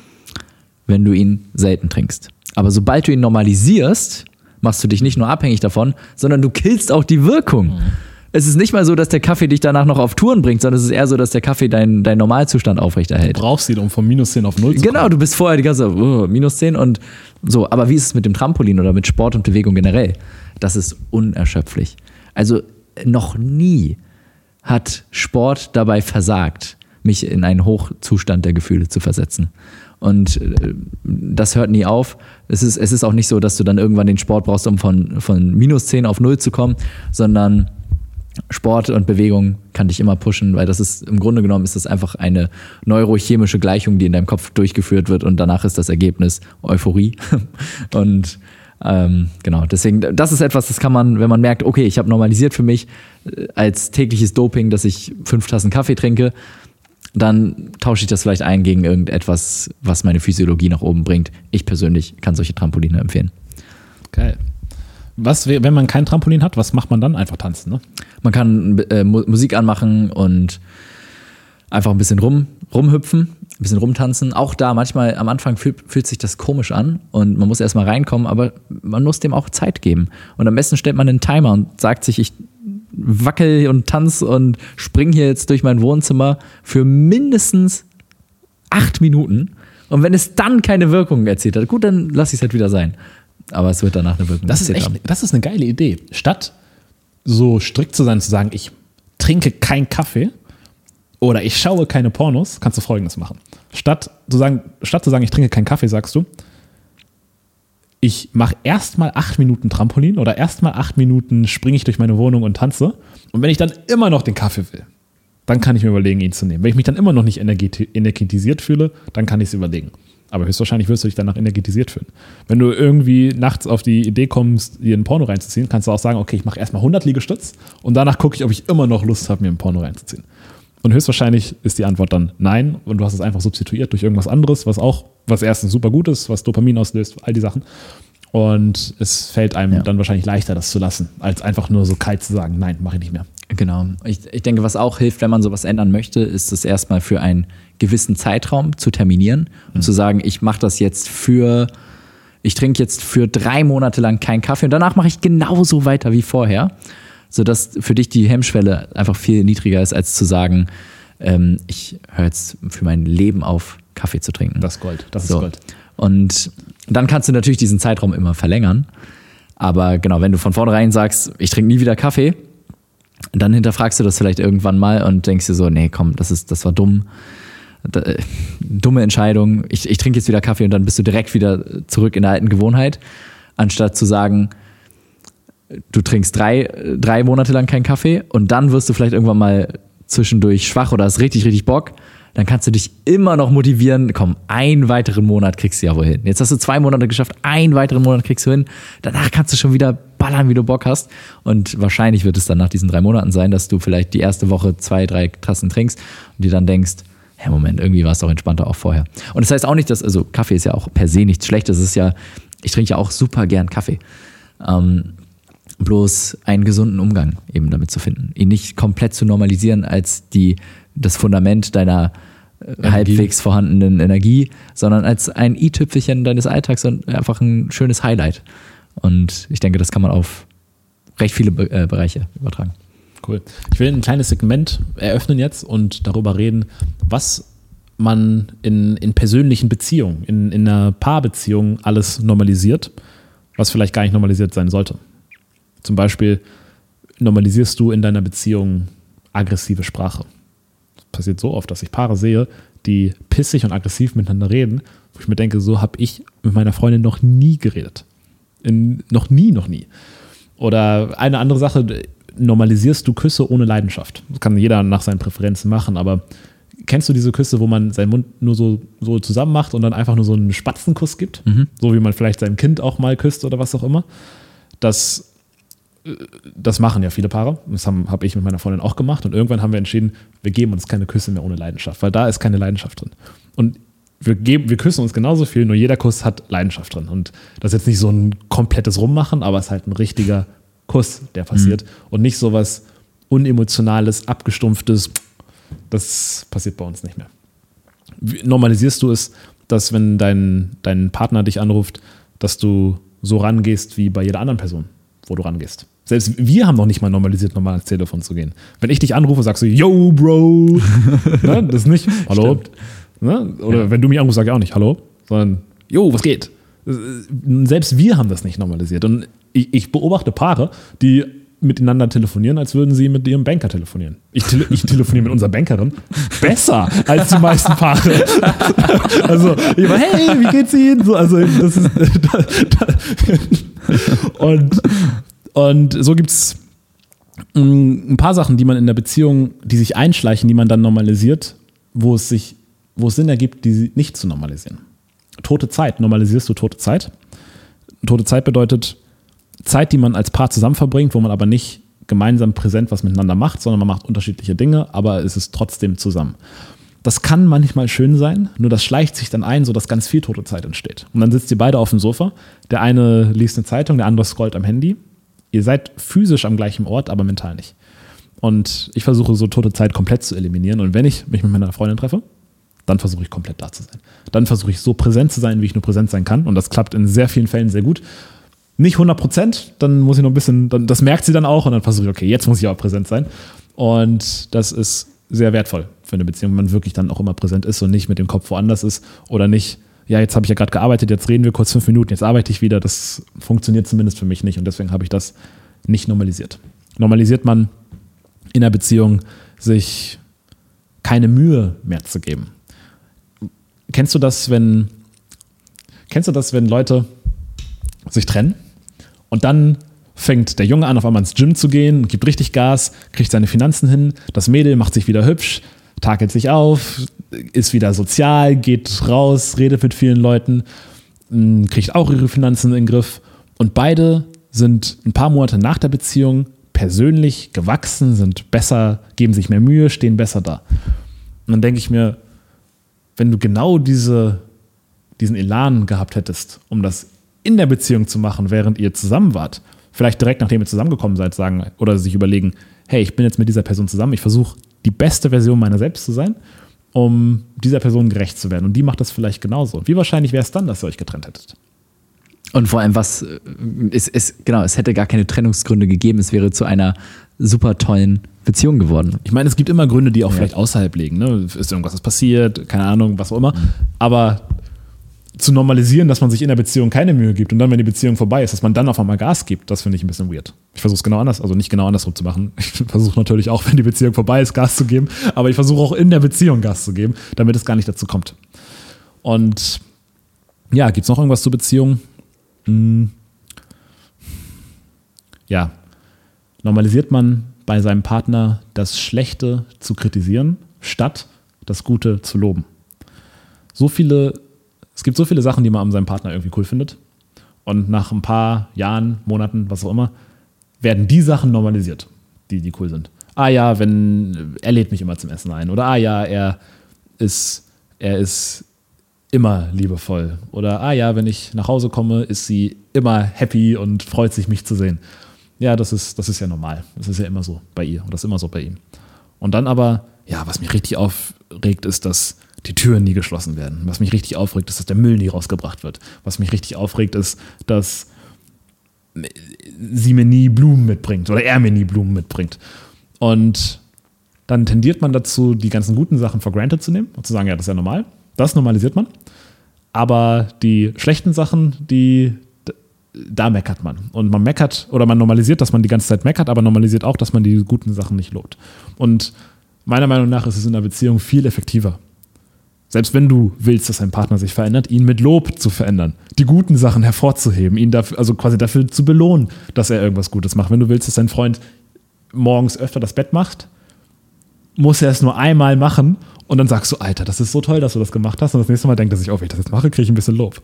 wenn du ihn selten trinkst. Aber sobald du ihn normalisierst, machst du dich nicht nur abhängig davon, sondern du killst auch die Wirkung. Mhm. Es ist nicht mal so, dass der Kaffee dich danach noch auf Touren bringt, sondern es ist eher so, dass der Kaffee deinen Normalzustand aufrechterhält. Du brauchst ihn, um von -10 auf 0 zu kommen. Genau, du bist vorher die ganze -10 und so. Aber wie ist es mit dem Trampolin oder mit Sport und Bewegung generell? Das ist unerschöpflich. Also noch nie hat Sport dabei versagt, mich in einen Hochzustand der Gefühle zu versetzen. Und das hört nie auf. Es ist auch nicht so, dass du dann irgendwann den Sport brauchst, um von -10 auf 0 zu kommen, sondern Sport und Bewegung kann dich immer pushen, weil das ist, im Grunde genommen ist das einfach eine neurochemische Gleichung, die in deinem Kopf durchgeführt wird und danach ist das Ergebnis Euphorie. Und genau, deswegen, das ist etwas, das kann man, wenn man merkt, okay, ich habe normalisiert für mich als tägliches Doping, dass ich 5 Tassen Kaffee trinke, dann tausche ich das vielleicht ein gegen irgendetwas, was meine Physiologie nach oben bringt. Ich persönlich kann solche Trampoline empfehlen. Geil. Wenn man kein Trampolin hat, was macht man dann? Einfach tanzen, ne? Man kann Musik anmachen und einfach ein bisschen rumhüpfen, ein bisschen rumtanzen. Auch da, manchmal am Anfang fühlt sich das komisch an und man muss erstmal reinkommen, aber man muss dem auch Zeit geben. Und am besten stellt man einen Timer und sagt sich, ich wackel und tanz und spring hier jetzt durch mein Wohnzimmer für mindestens 8 Minuten. Und wenn es dann keine Wirkung erzielt hat, gut, dann lasse ich es halt wieder sein. Aber es wird danach eine Wirkung. Das ist eine geile Idee. Statt so strikt zu sein, zu sagen, ich trinke keinen Kaffee oder ich schaue keine Pornos, kannst du Folgendes machen. Statt zu sagen, ich trinke keinen Kaffee, sagst du, ich mache erstmal 8 Minuten Trampolin oder erstmal 8 Minuten springe ich durch meine Wohnung und tanze. Und wenn ich dann immer noch den Kaffee will, dann kann ich mir überlegen, ihn zu nehmen. Wenn ich mich dann immer noch nicht energetisiert fühle, dann kann ich es überlegen. Aber höchstwahrscheinlich wirst du dich danach energetisiert fühlen. Wenn du irgendwie nachts auf die Idee kommst, dir ein Porno reinzuziehen, kannst du auch sagen, okay, ich mache erstmal 100 Liegestütz und danach gucke ich, ob ich immer noch Lust habe, mir ein Porno reinzuziehen. Und höchstwahrscheinlich ist die Antwort dann nein und du hast es einfach substituiert durch irgendwas anderes, was erstens super gut ist, was Dopamin auslöst, all die Sachen. Und es fällt einem dann wahrscheinlich leichter, das zu lassen, als einfach nur so kalt zu sagen, nein, mache ich nicht mehr. Genau. Ich denke, was auch hilft, wenn man sowas ändern möchte, ist es erstmal für einen gewissen Zeitraum zu terminieren und zu sagen, ich trinke jetzt für 3 Monate lang keinen Kaffee und danach mache ich genauso weiter wie vorher, sodass für dich die Hemmschwelle einfach viel niedriger ist, als zu sagen, ich höre jetzt für mein Leben auf, Kaffee zu trinken. Das ist Gold. Das ist Gold. Und dann kannst du natürlich diesen Zeitraum immer verlängern. Aber genau, wenn du von vornherein sagst, ich trinke nie wieder Kaffee, dann hinterfragst du das vielleicht irgendwann mal und denkst dir so, nee, komm, das war dumm. Dumme Entscheidung. Ich trinke jetzt wieder Kaffee und dann bist du direkt wieder zurück in der alten Gewohnheit. Anstatt zu sagen, du trinkst 3 Monate lang keinen Kaffee und dann wirst du vielleicht irgendwann mal zwischendurch schwach oder hast richtig, richtig Bock. Dann kannst du dich immer noch motivieren, komm, einen weiteren Monat kriegst du ja wohl hin. Jetzt hast du 2 Monate geschafft, einen weiteren Monat kriegst du hin. Danach kannst du schon wieder ballern, wie du Bock hast. Und wahrscheinlich wird es dann nach diesen 3 Monaten sein, dass du vielleicht die erste Woche 2, 3 Tassen trinkst und dir dann denkst, hey, Moment, irgendwie war es doch entspannter auch vorher. Und das heißt auch nicht, also Kaffee ist ja auch per se nichts Schlechtes. Ich trinke ja auch super gern Kaffee. Bloß einen gesunden Umgang eben damit zu finden. Ihn nicht komplett zu normalisieren als das Fundament deiner halbwegs vorhandenen Energie, sondern als ein i-Tüpfelchen deines Alltags und einfach ein schönes Highlight. Und ich denke, das kann man auf recht viele Bereiche übertragen. Cool. Ich will ein kleines Segment eröffnen jetzt und darüber reden, was man in persönlichen Beziehungen, in einer Paarbeziehung alles normalisiert, was vielleicht gar nicht normalisiert sein sollte. Zum Beispiel normalisierst du in deiner Beziehung aggressive Sprache. Das passiert so oft, dass ich Paare sehe, die pissig und aggressiv miteinander reden, wo ich mir denke, so habe ich mit meiner Freundin noch nie geredet. Noch nie. Oder eine andere Sache, normalisierst du Küsse ohne Leidenschaft. Das kann jeder nach seinen Präferenzen machen, aber kennst du diese Küsse, wo man seinen Mund nur so zusammen macht und dann einfach nur so einen Spatzenkuss gibt? So wie man vielleicht sein Kind auch mal küsst oder was auch immer. Das machen ja viele Paare. Das habe ich mit meiner Freundin auch gemacht. Und irgendwann haben wir entschieden, wir geben uns keine Küsse mehr ohne Leidenschaft, weil da ist keine Leidenschaft drin. Und wir küssen uns genauso viel, nur jeder Kuss hat Leidenschaft drin. Und das ist jetzt nicht so ein komplettes Rummachen, aber es ist halt ein richtiger Kuss, der passiert. Und nicht so was Unemotionales, Abgestumpftes. Das passiert bei uns nicht mehr. Wie normalisierst du es, dass wenn dein Partner dich anruft, dass du so rangehst wie bei jeder anderen Person, wo du rangehst? Selbst wir haben noch nicht mal normalisiert, normal ans Telefon zu gehen. Wenn ich dich anrufe, sagst du, yo, Bro. Ne, das ist nicht, hallo. Ne? Oder wenn du mich anrufst, sag ich auch nicht, hallo, sondern, yo, was geht? Selbst wir haben das nicht normalisiert. Und ich beobachte Paare, die miteinander telefonieren, als würden sie mit ihrem Banker telefonieren. Ich telefoniere mit unserer Bankerin besser als die meisten Paare. Also, ich war, hey, wie geht's Ihnen? So, also, das ist. Und so gibt es ein paar Sachen, die man in der Beziehung, die sich einschleichen, die man dann normalisiert, wo es Sinn ergibt, die nicht zu normalisieren. Tote Zeit. Normalisierst du tote Zeit? Tote Zeit bedeutet Zeit, die man als Paar zusammen verbringt, wo man aber nicht gemeinsam präsent was miteinander macht, sondern man macht unterschiedliche Dinge, aber es ist trotzdem zusammen. Das kann manchmal schön sein, nur das schleicht sich dann ein, sodass ganz viel tote Zeit entsteht. Und dann sitzt ihr beide auf dem Sofa, der eine liest eine Zeitung, der andere scrollt am Handy. Ihr seid physisch am gleichen Ort, aber mental nicht. Und ich versuche so tote Zeit komplett zu eliminieren. Und wenn ich mich mit meiner Freundin treffe, dann versuche ich komplett da zu sein. Dann versuche ich so präsent zu sein, wie ich nur präsent sein kann. Und das klappt in sehr vielen Fällen sehr gut. Nicht 100%, dann muss ich noch ein bisschen, das merkt sie dann auch und dann versuche ich, okay, jetzt muss ich auch präsent sein. Und das ist sehr wertvoll für eine Beziehung, wenn man wirklich dann auch immer präsent ist und nicht mit dem Kopf woanders ist oder nicht, ja, jetzt habe ich ja gerade gearbeitet, jetzt reden wir kurz 5 Minuten, jetzt arbeite ich wieder. Das funktioniert zumindest für mich nicht und deswegen habe ich das nicht normalisiert. Normalisiert man in einer Beziehung, sich keine Mühe mehr zu geben. Kennst du das, wenn Leute sich trennen und dann fängt der Junge an, auf einmal ins Gym zu gehen, gibt richtig Gas, kriegt seine Finanzen hin, das Mädel macht sich wieder hübsch, takelt sich auf, ist wieder sozial, geht raus, redet mit vielen Leuten, kriegt auch ihre Finanzen in den Griff und beide sind ein paar Monate nach der Beziehung persönlich gewachsen, sind besser, geben sich mehr Mühe, stehen besser da. Und dann denke ich mir, wenn du genau diesen Elan gehabt hättest, um das in der Beziehung zu machen, während ihr zusammen wart, vielleicht direkt nachdem ihr zusammengekommen seid, sagen oder sich überlegen, hey, ich bin jetzt mit dieser Person zusammen, ich versuche die beste Version meiner selbst zu sein, um dieser Person gerecht zu werden. Und die macht das vielleicht genauso. Wie wahrscheinlich wäre es dann, dass ihr euch getrennt hättet? Und vor allem, es hätte gar keine Trennungsgründe gegeben, es wäre zu einer super tollen Beziehung geworden. Ich meine, es gibt immer Gründe, die auch vielleicht außerhalb liegen. Ne? Ist irgendwas passiert, keine Ahnung, was auch immer. Aber zu normalisieren, dass man sich in der Beziehung keine Mühe gibt und dann, wenn die Beziehung vorbei ist, dass man dann auf einmal Gas gibt, das finde ich ein bisschen weird. Ich versuche es genau anders, also nicht genau andersrum zu machen. Ich versuche natürlich auch, wenn die Beziehung vorbei ist, Gas zu geben, aber ich versuche auch in der Beziehung Gas zu geben, damit es gar nicht dazu kommt. Und ja, gibt es noch irgendwas zur Beziehung? Ja, normalisiert man bei seinem Partner das Schlechte zu kritisieren, statt das Gute zu loben. Es gibt so viele Sachen, die man an seinem Partner irgendwie cool findet. Und nach ein paar Jahren, Monaten, was auch immer, werden die Sachen normalisiert, die cool sind. Ah ja, er lädt mich immer zum Essen ein. Oder ah ja, er ist immer liebevoll. Oder ah ja, wenn ich nach Hause komme, ist sie immer happy und freut sich, mich zu sehen. Ja, das ist ja normal. Das ist ja immer so bei ihr und das ist immer so bei ihm. Und dann aber, ja, was mich richtig aufregt, ist, dass die Türen nie geschlossen werden. Was mich richtig aufregt, ist, dass der Müll nie rausgebracht wird. Was mich richtig aufregt, ist, dass sie mir nie Blumen mitbringt oder er mir nie Blumen mitbringt. Und dann tendiert man dazu, die ganzen guten Sachen for granted zu nehmen und zu sagen, ja, das ist ja normal. Das normalisiert man. Aber die schlechten Sachen, da meckert man. Und man meckert oder man normalisiert, dass man die ganze Zeit meckert, aber normalisiert auch, dass man die guten Sachen nicht lobt. Und meiner Meinung nach ist es in einer Beziehung viel effektiver. Selbst wenn du willst, dass dein Partner sich verändert, ihn mit Lob zu verändern, die guten Sachen hervorzuheben, ihn dafür, also quasi dafür zu belohnen, dass er irgendwas Gutes macht. Wenn du willst, dass dein Freund morgens öfter das Bett macht, muss er es nur einmal machen und dann sagst du, Alter, das ist so toll, dass du das gemacht hast. Und das nächste Mal denkt er sich, oh, wenn ich das jetzt mache, kriege ich ein bisschen Lob.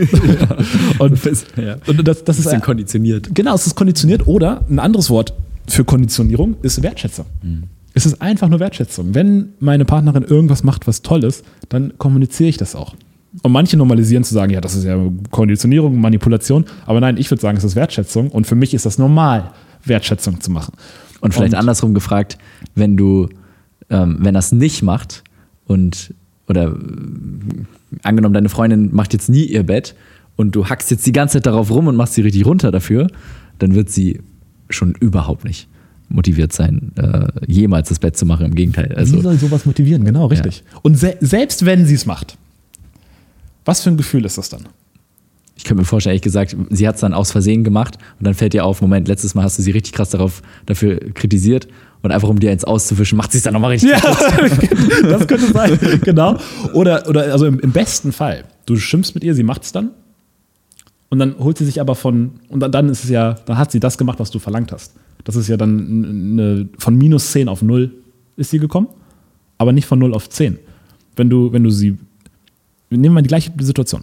Und das ist ein bisschen konditioniert. Genau, es ist konditioniert. Oder ein anderes Wort für Konditionierung ist Wertschätzung. Es ist einfach nur Wertschätzung. Wenn meine Partnerin irgendwas macht, was toll ist, dann kommuniziere ich das auch. Und manche normalisieren zu sagen, ja, das ist ja Konditionierung, Manipulation. Aber nein, ich würde sagen, es ist Wertschätzung. Und für mich ist das normal, Wertschätzung zu machen. Und vielleicht andersrum gefragt, wenn er es nicht macht oder angenommen, deine Freundin macht jetzt nie ihr Bett und du hackst jetzt die ganze Zeit darauf rum und machst sie richtig runter dafür, dann wird sie schon überhaupt nicht motiviert sein, jemals das Bett zu machen. Im Gegenteil. Also, wie soll sowas motivieren? Genau, richtig. Ja. Und selbst wenn sie es macht, was für ein Gefühl ist das dann? Ich könnte mir vorstellen, ehrlich gesagt, sie hat es dann aus Versehen gemacht und dann fällt dir auf, Moment, letztes Mal hast du sie richtig krass dafür kritisiert und einfach um dir eins auszuwischen, macht sie es dann nochmal richtig. Ja, das könnte sein, genau. Oder also im besten Fall, du schimpfst mit ihr, sie macht es dann und dann holt sie sich aber und dann ist es ja, dann hat sie das gemacht, was du verlangt hast. Das ist ja dann von minus 10 auf 0 ist sie gekommen, aber nicht von 0 auf 10. Wenn du sie, nehmen wir mal die gleiche Situation.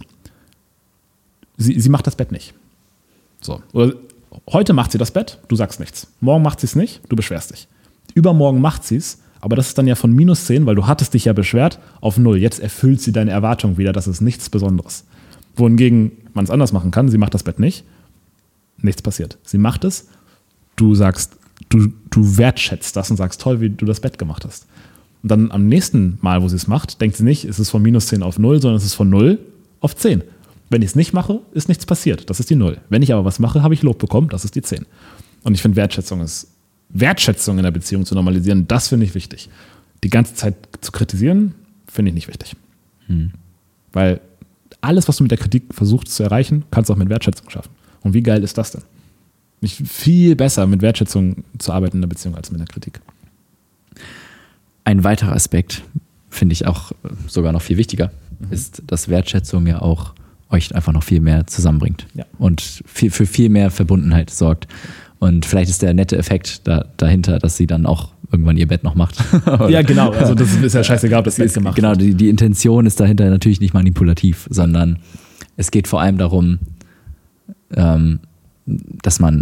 Sie macht das Bett nicht. So. Oder heute macht sie das Bett, du sagst nichts. Morgen macht sie es nicht, du beschwerst dich. Übermorgen macht sie es, aber das ist dann ja von minus 10, weil du hattest dich ja beschwert, auf 0. Jetzt erfüllt sie deine Erwartung wieder, das ist nichts Besonderes. Wohingegen man es anders machen kann, sie macht das Bett nicht, nichts passiert. Sie macht es, du sagst, du wertschätzt das und sagst, toll, wie du das Bett gemacht hast. Und dann am nächsten Mal, wo sie es macht, denkt sie nicht, es ist von minus 10 auf 0, sondern es ist von 0 auf 10. Wenn ich es nicht mache, ist nichts passiert. Das ist die 0. Wenn ich aber was mache, habe ich Lob bekommen. Das ist die 10. Und ich finde, Wertschätzung in der Beziehung zu normalisieren, das finde ich wichtig. Die ganze Zeit zu kritisieren, finde ich nicht wichtig. Weil alles, was du mit der Kritik versuchst zu erreichen, kannst du auch mit Wertschätzung schaffen. Und wie geil ist das denn? Viel besser mit Wertschätzung zu arbeiten in der Beziehung als mit der Kritik. Ein weiterer Aspekt, finde ich auch sogar noch viel wichtiger, ist, dass Wertschätzung ja auch euch einfach noch viel mehr zusammenbringt und für viel mehr Verbundenheit sorgt. Und vielleicht ist der nette Effekt dahinter, dass sie dann auch irgendwann ihr Bett noch macht. Ja, genau. Also das ist ja scheißegal, ob das Bett gemacht wird. Genau, die Intention ist dahinter natürlich nicht manipulativ, sondern es geht vor allem darum, dass man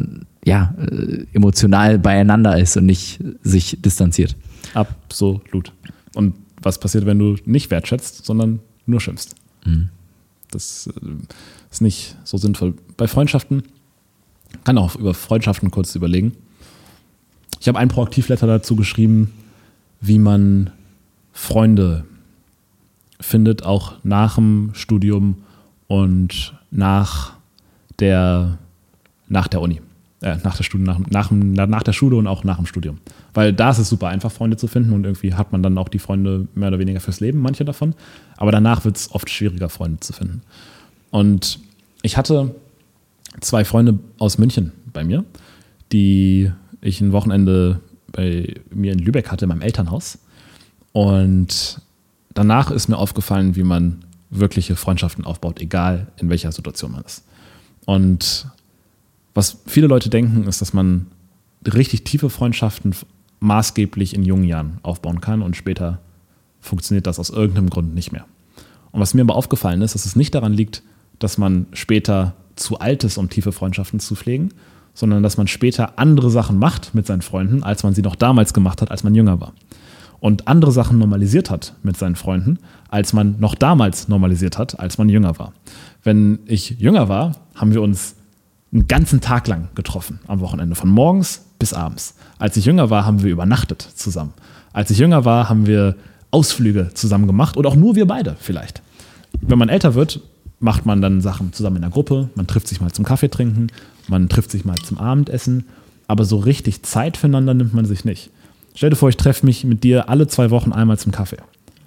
emotional beieinander ist und nicht sich distanziert. Absolut. Und was passiert, wenn du nicht wertschätzt, sondern nur schimpfst? Das ist nicht so sinnvoll. Bei Freundschaften, kann auch über Freundschaften kurz überlegen. Ich habe ein Proaktivletter dazu geschrieben, wie man Freunde findet, auch nach dem Studium und nach der Uni. Nach der Schule und auch nach dem Studium. Weil da ist es super einfach, Freunde zu finden und irgendwie hat man dann auch die Freunde mehr oder weniger fürs Leben, manche davon. Aber danach wird es oft schwieriger, Freunde zu finden. Und ich hatte 2 Freunde aus München bei mir, die ich ein Wochenende bei mir in Lübeck hatte, in meinem Elternhaus. Und danach ist mir aufgefallen, wie man wirkliche Freundschaften aufbaut, egal in welcher Situation man ist. Und was viele Leute denken, ist, dass man richtig tiefe Freundschaften maßgeblich in jungen Jahren aufbauen kann und später funktioniert das aus irgendeinem Grund nicht mehr. Und was mir aber aufgefallen ist, dass es nicht daran liegt, dass man später zu alt ist, um tiefe Freundschaften zu pflegen, sondern dass man später andere Sachen macht mit seinen Freunden, als man sie noch damals gemacht hat, als man jünger war. Und andere Sachen normalisiert hat mit seinen Freunden, als man noch damals normalisiert hat, als man jünger war. Wenn ich jünger war, haben wir uns einen ganzen Tag lang getroffen am Wochenende, von morgens bis abends. Als ich jünger war, haben wir übernachtet zusammen. Als ich jünger war, haben wir Ausflüge zusammen gemacht oder auch nur wir beide vielleicht. Wenn man älter wird, macht man dann Sachen zusammen in der Gruppe, man trifft sich mal zum Kaffee trinken, man trifft sich mal zum Abendessen, aber so richtig Zeit füreinander nimmt man sich nicht. Stell dir vor, ich treffe mich mit dir alle 2 Wochen einmal zum Kaffee.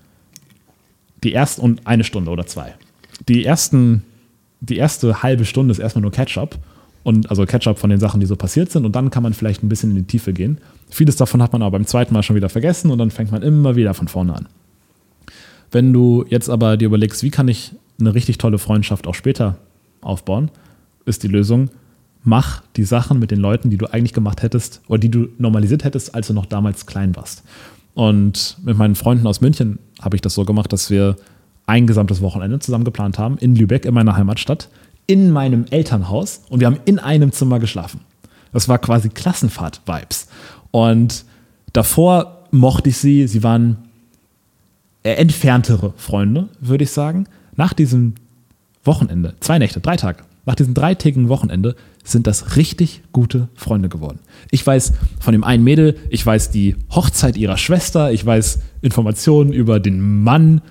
Und 1 Stunde oder 2. Die erste halbe Stunde ist erstmal nur Catch-up. Also Catch-up von den Sachen, die so passiert sind. Und dann kann man vielleicht ein bisschen in die Tiefe gehen. Vieles davon hat man aber beim zweiten Mal schon wieder vergessen und dann fängt man immer wieder von vorne an. Wenn du jetzt aber dir überlegst, wie kann ich eine richtig tolle Freundschaft auch später aufbauen, ist die Lösung, mach die Sachen mit den Leuten, die du eigentlich gemacht hättest oder die du normalisiert hättest, als du noch damals klein warst. Und mit meinen Freunden aus München habe ich das so gemacht, dass wir ein gesamtes Wochenende zusammen geplant haben, in Lübeck, in meiner Heimatstadt, in meinem Elternhaus und wir haben in einem Zimmer geschlafen. Das war quasi Klassenfahrt-Vibes. Und davor mochte ich sie waren entferntere Freunde, würde ich sagen. Nach diesem Wochenende, 2 Nächte, 3 Tage, nach diesem 3-tägigen Wochenende sind das richtig gute Freunde geworden. Ich weiß von dem einen Mädel, ich weiß die Hochzeit ihrer Schwester, ich weiß Informationen über den Mann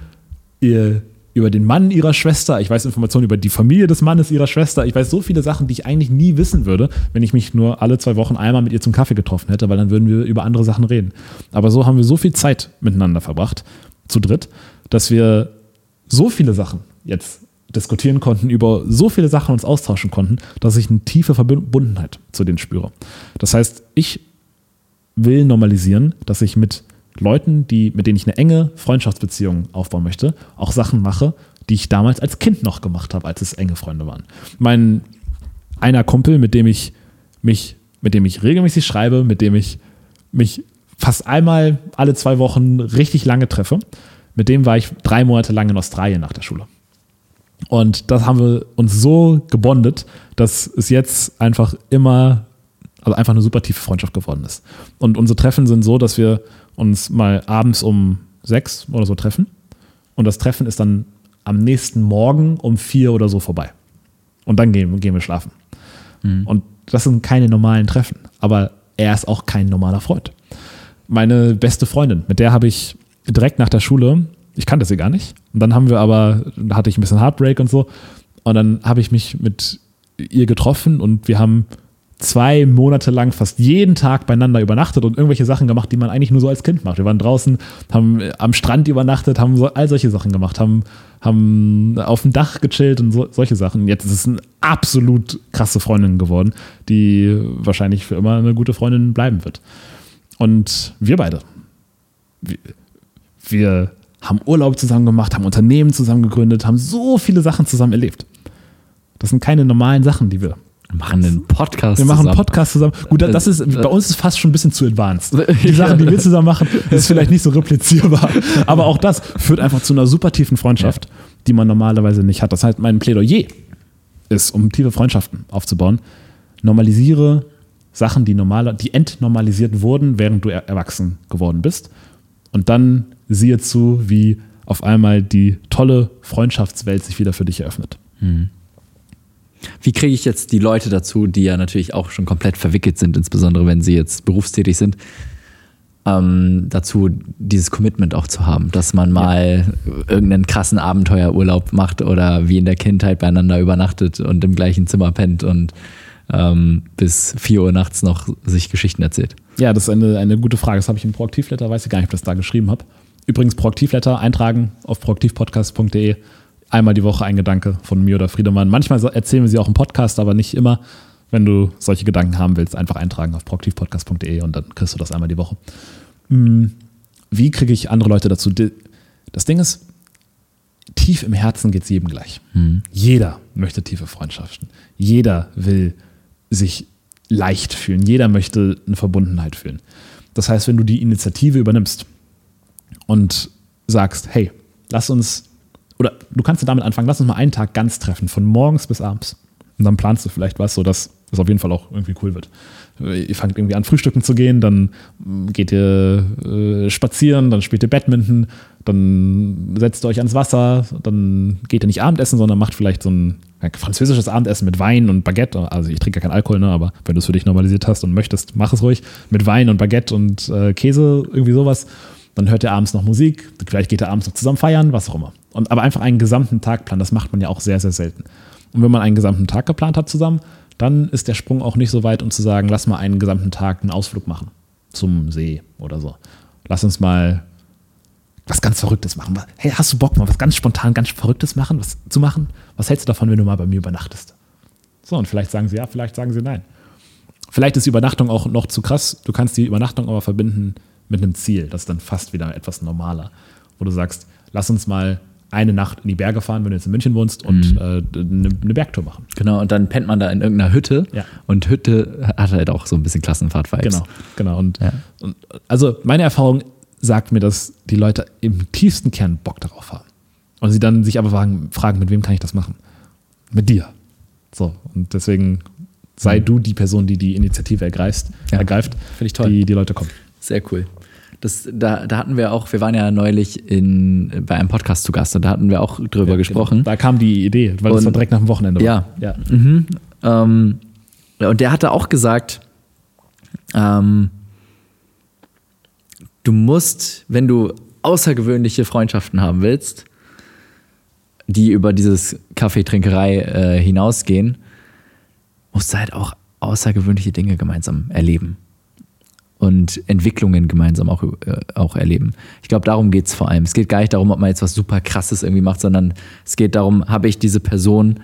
ihrer Schwester, ich weiß Informationen über die Familie des Mannes ihrer Schwester, ich weiß so viele Sachen, die ich eigentlich nie wissen würde, wenn ich mich nur alle 2 Wochen einmal mit ihr zum Kaffee getroffen hätte, weil dann würden wir über andere Sachen reden. Aber so haben wir so viel Zeit miteinander verbracht, zu dritt, dass wir so viele Sachen jetzt diskutieren konnten, über so viele Sachen uns austauschen konnten, dass ich eine tiefe Verbundenheit zu denen spüre. Das heißt, ich will normalisieren, dass ich mit Leuten, mit denen ich eine enge Freundschaftsbeziehung aufbauen möchte, auch Sachen mache, die ich damals als Kind noch gemacht habe, als es enge Freunde waren. Einer Kumpel, mit dem ich regelmäßig schreibe, mit dem ich mich fast einmal alle 2 Wochen richtig lange treffe, mit dem war ich 3 Monate lang in Australien nach der Schule. Und das haben wir uns so gebondet, dass es jetzt einfach eine super tiefe Freundschaft geworden ist. Und unsere Treffen sind so, dass wir uns mal abends um 6 oder so treffen. Und das Treffen ist dann am nächsten Morgen um 4 oder so vorbei. Und dann gehen wir schlafen. Mhm. Und das sind keine normalen Treffen. Aber er ist auch kein normaler Freund. Meine beste Freundin, mit der habe ich direkt nach der Schule, ich kannte sie gar nicht. Und dann da hatte ich ein bisschen Heartbreak und so. Und dann habe ich mich mit ihr getroffen und wir haben 2 Monate lang fast jeden Tag beieinander übernachtet und irgendwelche Sachen gemacht, die man eigentlich nur so als Kind macht. Wir waren draußen, haben am Strand übernachtet, haben all solche Sachen gemacht, haben auf dem Dach gechillt und solche Sachen. Jetzt ist es eine absolut krasse Freundin geworden, die wahrscheinlich für immer eine gute Freundin bleiben wird. Und wir beide, wir haben Urlaub zusammen gemacht, haben Unternehmen zusammen gegründet, haben so viele Sachen zusammen erlebt. Das sind keine normalen Sachen, die wir machen einen Podcast zusammen. Wir machen einen Podcast zusammen. Gut, bei uns ist fast schon ein bisschen zu advanced. Die Sachen, die wir zusammen machen, ist vielleicht nicht so replizierbar. Aber auch das führt einfach zu einer super tiefen Freundschaft, die man normalerweise nicht hat. Das heißt, mein Plädoyer ist, um tiefe Freundschaften aufzubauen, normalisiere Sachen, die entnormalisiert wurden, während du erwachsen geworden bist. Und dann siehe zu, wie auf einmal die tolle Freundschaftswelt sich wieder für dich eröffnet. Wie kriege ich jetzt die Leute dazu, die ja natürlich auch schon komplett verwickelt sind, insbesondere wenn sie jetzt berufstätig sind, dazu dieses Commitment auch zu haben, dass man mal irgendeinen krassen Abenteuerurlaub macht oder wie in der Kindheit beieinander übernachtet und im gleichen Zimmer pennt und bis 4 Uhr nachts noch sich Geschichten erzählt? Ja, das ist eine gute Frage. Das habe ich im Proaktivletter, weiß ich gar nicht, ob ich das da geschrieben habe. Übrigens, Proaktivletter eintragen auf proaktivpodcast.de. Einmal die Woche ein Gedanke von mir oder Friedemann. Manchmal erzählen wir sie auch im Podcast, aber nicht immer. Wenn du solche Gedanken haben willst, einfach eintragen auf proaktivpodcast.de und dann kriegst du das einmal die Woche. Wie kriege ich andere Leute dazu? Das Ding ist, tief im Herzen geht es jedem gleich. Jeder möchte tiefe Freundschaften. Jeder will sich leicht fühlen. Jeder möchte eine Verbundenheit fühlen. Das heißt, wenn du die Initiative übernimmst und sagst, hey, lass uns, oder du kannst damit anfangen, lass uns mal einen Tag ganz treffen, von morgens bis abends. Und dann planst du vielleicht was, sodass es auf jeden Fall auch irgendwie cool wird. Ihr fangt irgendwie an, frühstücken zu gehen, dann geht ihr spazieren, dann spielt ihr Badminton, dann setzt ihr euch ans Wasser, dann geht ihr nicht Abendessen, sondern macht vielleicht so ein französisches Abendessen mit Wein und Baguette. Also ich trinke ja keinen Alkohol, ne, aber wenn du es für dich normalisiert hast und möchtest, mach es ruhig. Mit Wein und Baguette und Käse, irgendwie sowas. Dann hört ihr abends noch Musik, vielleicht geht ihr abends noch zusammen feiern, was auch immer. Aber einfach einen gesamten Tag planen, das macht man ja auch sehr, sehr selten. Und wenn man einen gesamten Tag geplant hat zusammen, dann ist der Sprung auch nicht so weit, um zu sagen, lass mal einen gesamten Tag einen Ausflug machen zum See oder so. Lass uns mal was ganz Verrücktes machen. Hey, hast du Bock, mal was ganz spontan, ganz Verrücktes zu machen? Was hältst du davon, wenn du mal bei mir übernachtest? So, und vielleicht sagen sie ja, vielleicht sagen sie nein. Vielleicht ist die Übernachtung auch noch zu krass. Du kannst die Übernachtung aber verbinden mit einem Ziel. Das ist dann fast wieder etwas normaler. Wo du sagst, lass uns mal eine Nacht in die Berge fahren, wenn du jetzt in München wohnst, und eine Bergtour machen. Genau, und dann pennt man da in irgendeiner Hütte. Ja. Und Hütte hat halt auch so ein bisschen Klassenfahrt-Vibes. Genau. Und also meine Erfahrung sagt mir, dass die Leute im tiefsten Kern Bock darauf haben. Und sie dann sich aber fragen, mit wem kann ich das machen? Mit dir. So, und deswegen sei du die Person, die die Initiative ergreift. Finde ich toll. Die Leute kommen. Sehr cool. Da hatten wir auch, wir waren ja neulich bei einem Podcast zu Gast und da hatten wir auch drüber gesprochen. Genau. Da kam die Idee, weil das war direkt nach dem Wochenende. Ja. Und der hatte auch gesagt, du musst, wenn du außergewöhnliche Freundschaften haben willst, die über dieses Kaffeetrinkerei hinausgehen, musst du halt auch außergewöhnliche Dinge gemeinsam erleben. Und Entwicklungen gemeinsam auch erleben. Ich glaube, darum geht es vor allem. Es geht gar nicht darum, ob man jetzt was super Krasses irgendwie macht, sondern es geht darum, habe ich diese Person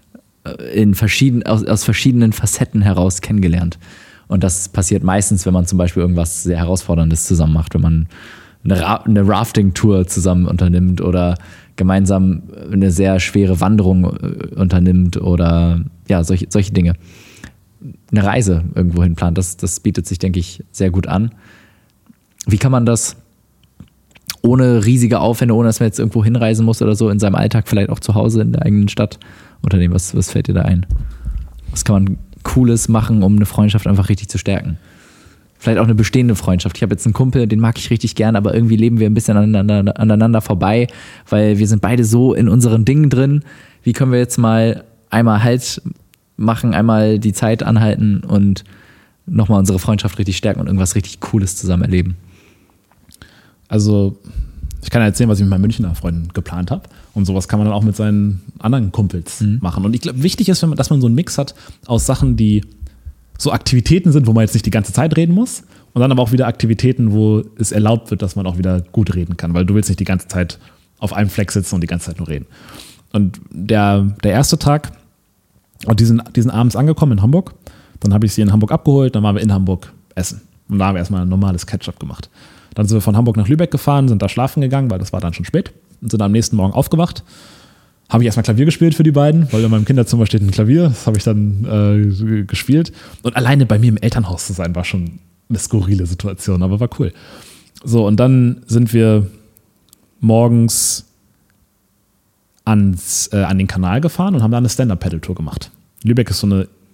aus verschiedenen Facetten heraus kennengelernt. Und das passiert meistens, wenn man zum Beispiel irgendwas sehr Herausforderndes zusammen macht, wenn man eine Rafting-Tour zusammen unternimmt oder gemeinsam eine sehr schwere Wanderung unternimmt oder ja, solche Dinge. Eine Reise irgendwo hin plant. Das bietet sich, denke ich, sehr gut an. Wie kann man das ohne riesige Aufwände, ohne dass man jetzt irgendwo hinreisen muss oder so, in seinem Alltag, vielleicht auch zu Hause in der eigenen Stadt unternehmen? Was fällt dir da ein? Was kann man Cooles machen, um eine Freundschaft einfach richtig zu stärken? Vielleicht auch eine bestehende Freundschaft. Ich habe jetzt einen Kumpel, den mag ich richtig gern, aber irgendwie leben wir ein bisschen aneinander vorbei, weil wir sind beide so in unseren Dingen drin. Wie können wir jetzt mal einmal Halt machen, einmal die Zeit anhalten und nochmal unsere Freundschaft richtig stärken und irgendwas richtig Cooles zusammen erleben? Also ich kann ja erzählen, was ich mit meinen Münchner Freunden geplant habe, und sowas kann man dann auch mit seinen anderen Kumpels machen. Und ich glaube, wichtig ist, dass man so einen Mix hat aus Sachen, die so Aktivitäten sind, wo man jetzt nicht die ganze Zeit reden muss, und dann aber auch wieder Aktivitäten, wo es erlaubt wird, dass man auch wieder gut reden kann, weil du willst nicht die ganze Zeit auf einem Fleck sitzen und die ganze Zeit nur reden. Und der erste Tag, und die sind abends angekommen in Hamburg. Dann habe ich sie in Hamburg abgeholt, dann waren wir in Hamburg essen. Und da haben wir erstmal ein normales Catch-up gemacht. Dann sind wir von Hamburg nach Lübeck gefahren, sind da schlafen gegangen, weil das war dann schon spät, und sind am nächsten Morgen aufgewacht. Habe ich erstmal Klavier gespielt für die beiden, weil in meinem Kinderzimmer steht ein Klavier. Das habe ich dann gespielt. Und alleine bei mir im Elternhaus zu sein, war schon eine skurrile Situation, aber war cool. So, und dann sind wir morgens an den Kanal gefahren und haben da eine Stand-Up-Paddle-Tour gemacht. Lübeck ist so eine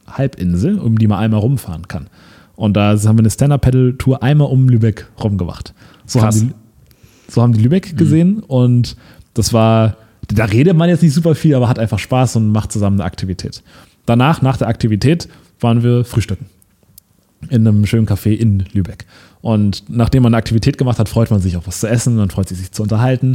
Halbinsel, um die man einmal rumfahren kann. Und da haben wir eine Stand-Up-Paddle-Tour einmal um Lübeck rumgemacht. So haben die Lübeck gesehen und das war, da redet man jetzt nicht super viel, aber hat einfach Spaß und macht zusammen eine Aktivität. Danach, nach der Aktivität, waren wir frühstücken. In einem schönen Café in Lübeck. Und nachdem man eine Aktivität gemacht hat, freut man sich auf was zu essen, man freut sich zu unterhalten.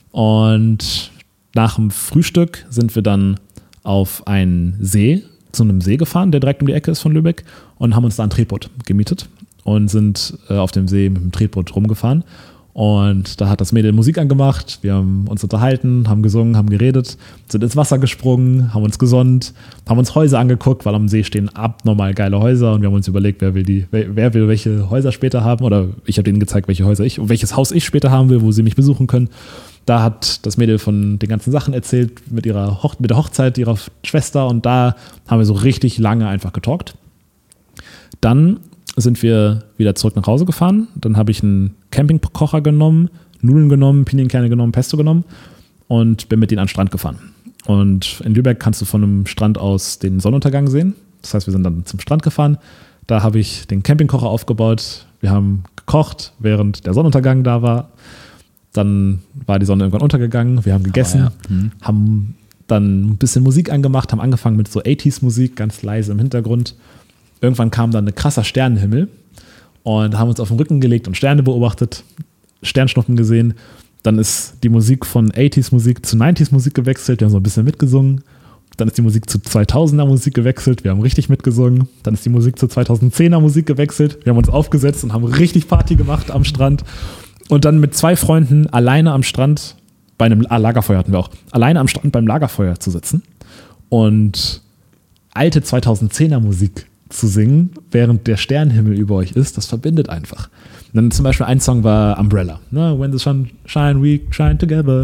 Und nach dem Frühstück sind wir dann auf einen See, zu einem See gefahren, der direkt um die Ecke ist von Lübeck, und haben uns da ein Tretboot gemietet und sind auf dem See mit dem Tretboot rumgefahren. Und da hat das Mädel Musik angemacht, wir haben uns unterhalten, haben gesungen, haben geredet, sind ins Wasser gesprungen, haben uns gesonnt, haben uns Häuser angeguckt, weil am See stehen abnormal geile Häuser und wir haben uns überlegt, wer will welche Häuser später haben, oder ich habe denen gezeigt, welches Haus ich später haben will, wo sie mich besuchen können. Da hat das Mädel von den ganzen Sachen erzählt, mit der Hochzeit ihrer Schwester, und da haben wir so richtig lange einfach getalkt. Dann sind wir wieder zurück nach Hause gefahren. Dann habe ich einen Campingkocher genommen, Nudeln genommen, Pinienkerne genommen, Pesto genommen und bin mit denen an den Strand gefahren. Und in Lübeck kannst du von einem Strand aus den Sonnenuntergang sehen. Das heißt, wir sind dann zum Strand gefahren. Da habe ich den Campingkocher aufgebaut. Wir haben gekocht, während der Sonnenuntergang da war. Dann war die Sonne irgendwann untergegangen. Wir haben gegessen, haben dann ein bisschen Musik angemacht, haben angefangen mit so 80s-Musik, ganz leise im Hintergrund. Irgendwann kam dann ein krasser Sternenhimmel und haben uns auf den Rücken gelegt und Sterne beobachtet, Sternschnuppen gesehen. Dann ist die Musik von 80s-Musik zu 90s-Musik gewechselt. Wir haben so ein bisschen mitgesungen. Dann ist die Musik zu 2000er-Musik gewechselt. Wir haben richtig mitgesungen. Dann ist die Musik zu 2010er-Musik gewechselt. Wir haben uns aufgesetzt und haben richtig Party gemacht am Strand. Und dann mit 2 Freunden alleine am Strand, bei einem Lagerfeuer hatten wir auch, alleine am Strand beim Lagerfeuer zu sitzen und alte 2010er-Musik zu singen, während der Sternenhimmel über euch ist, das verbindet einfach. Und dann zum Beispiel ein Song war Umbrella. When the sun shine, we shine together.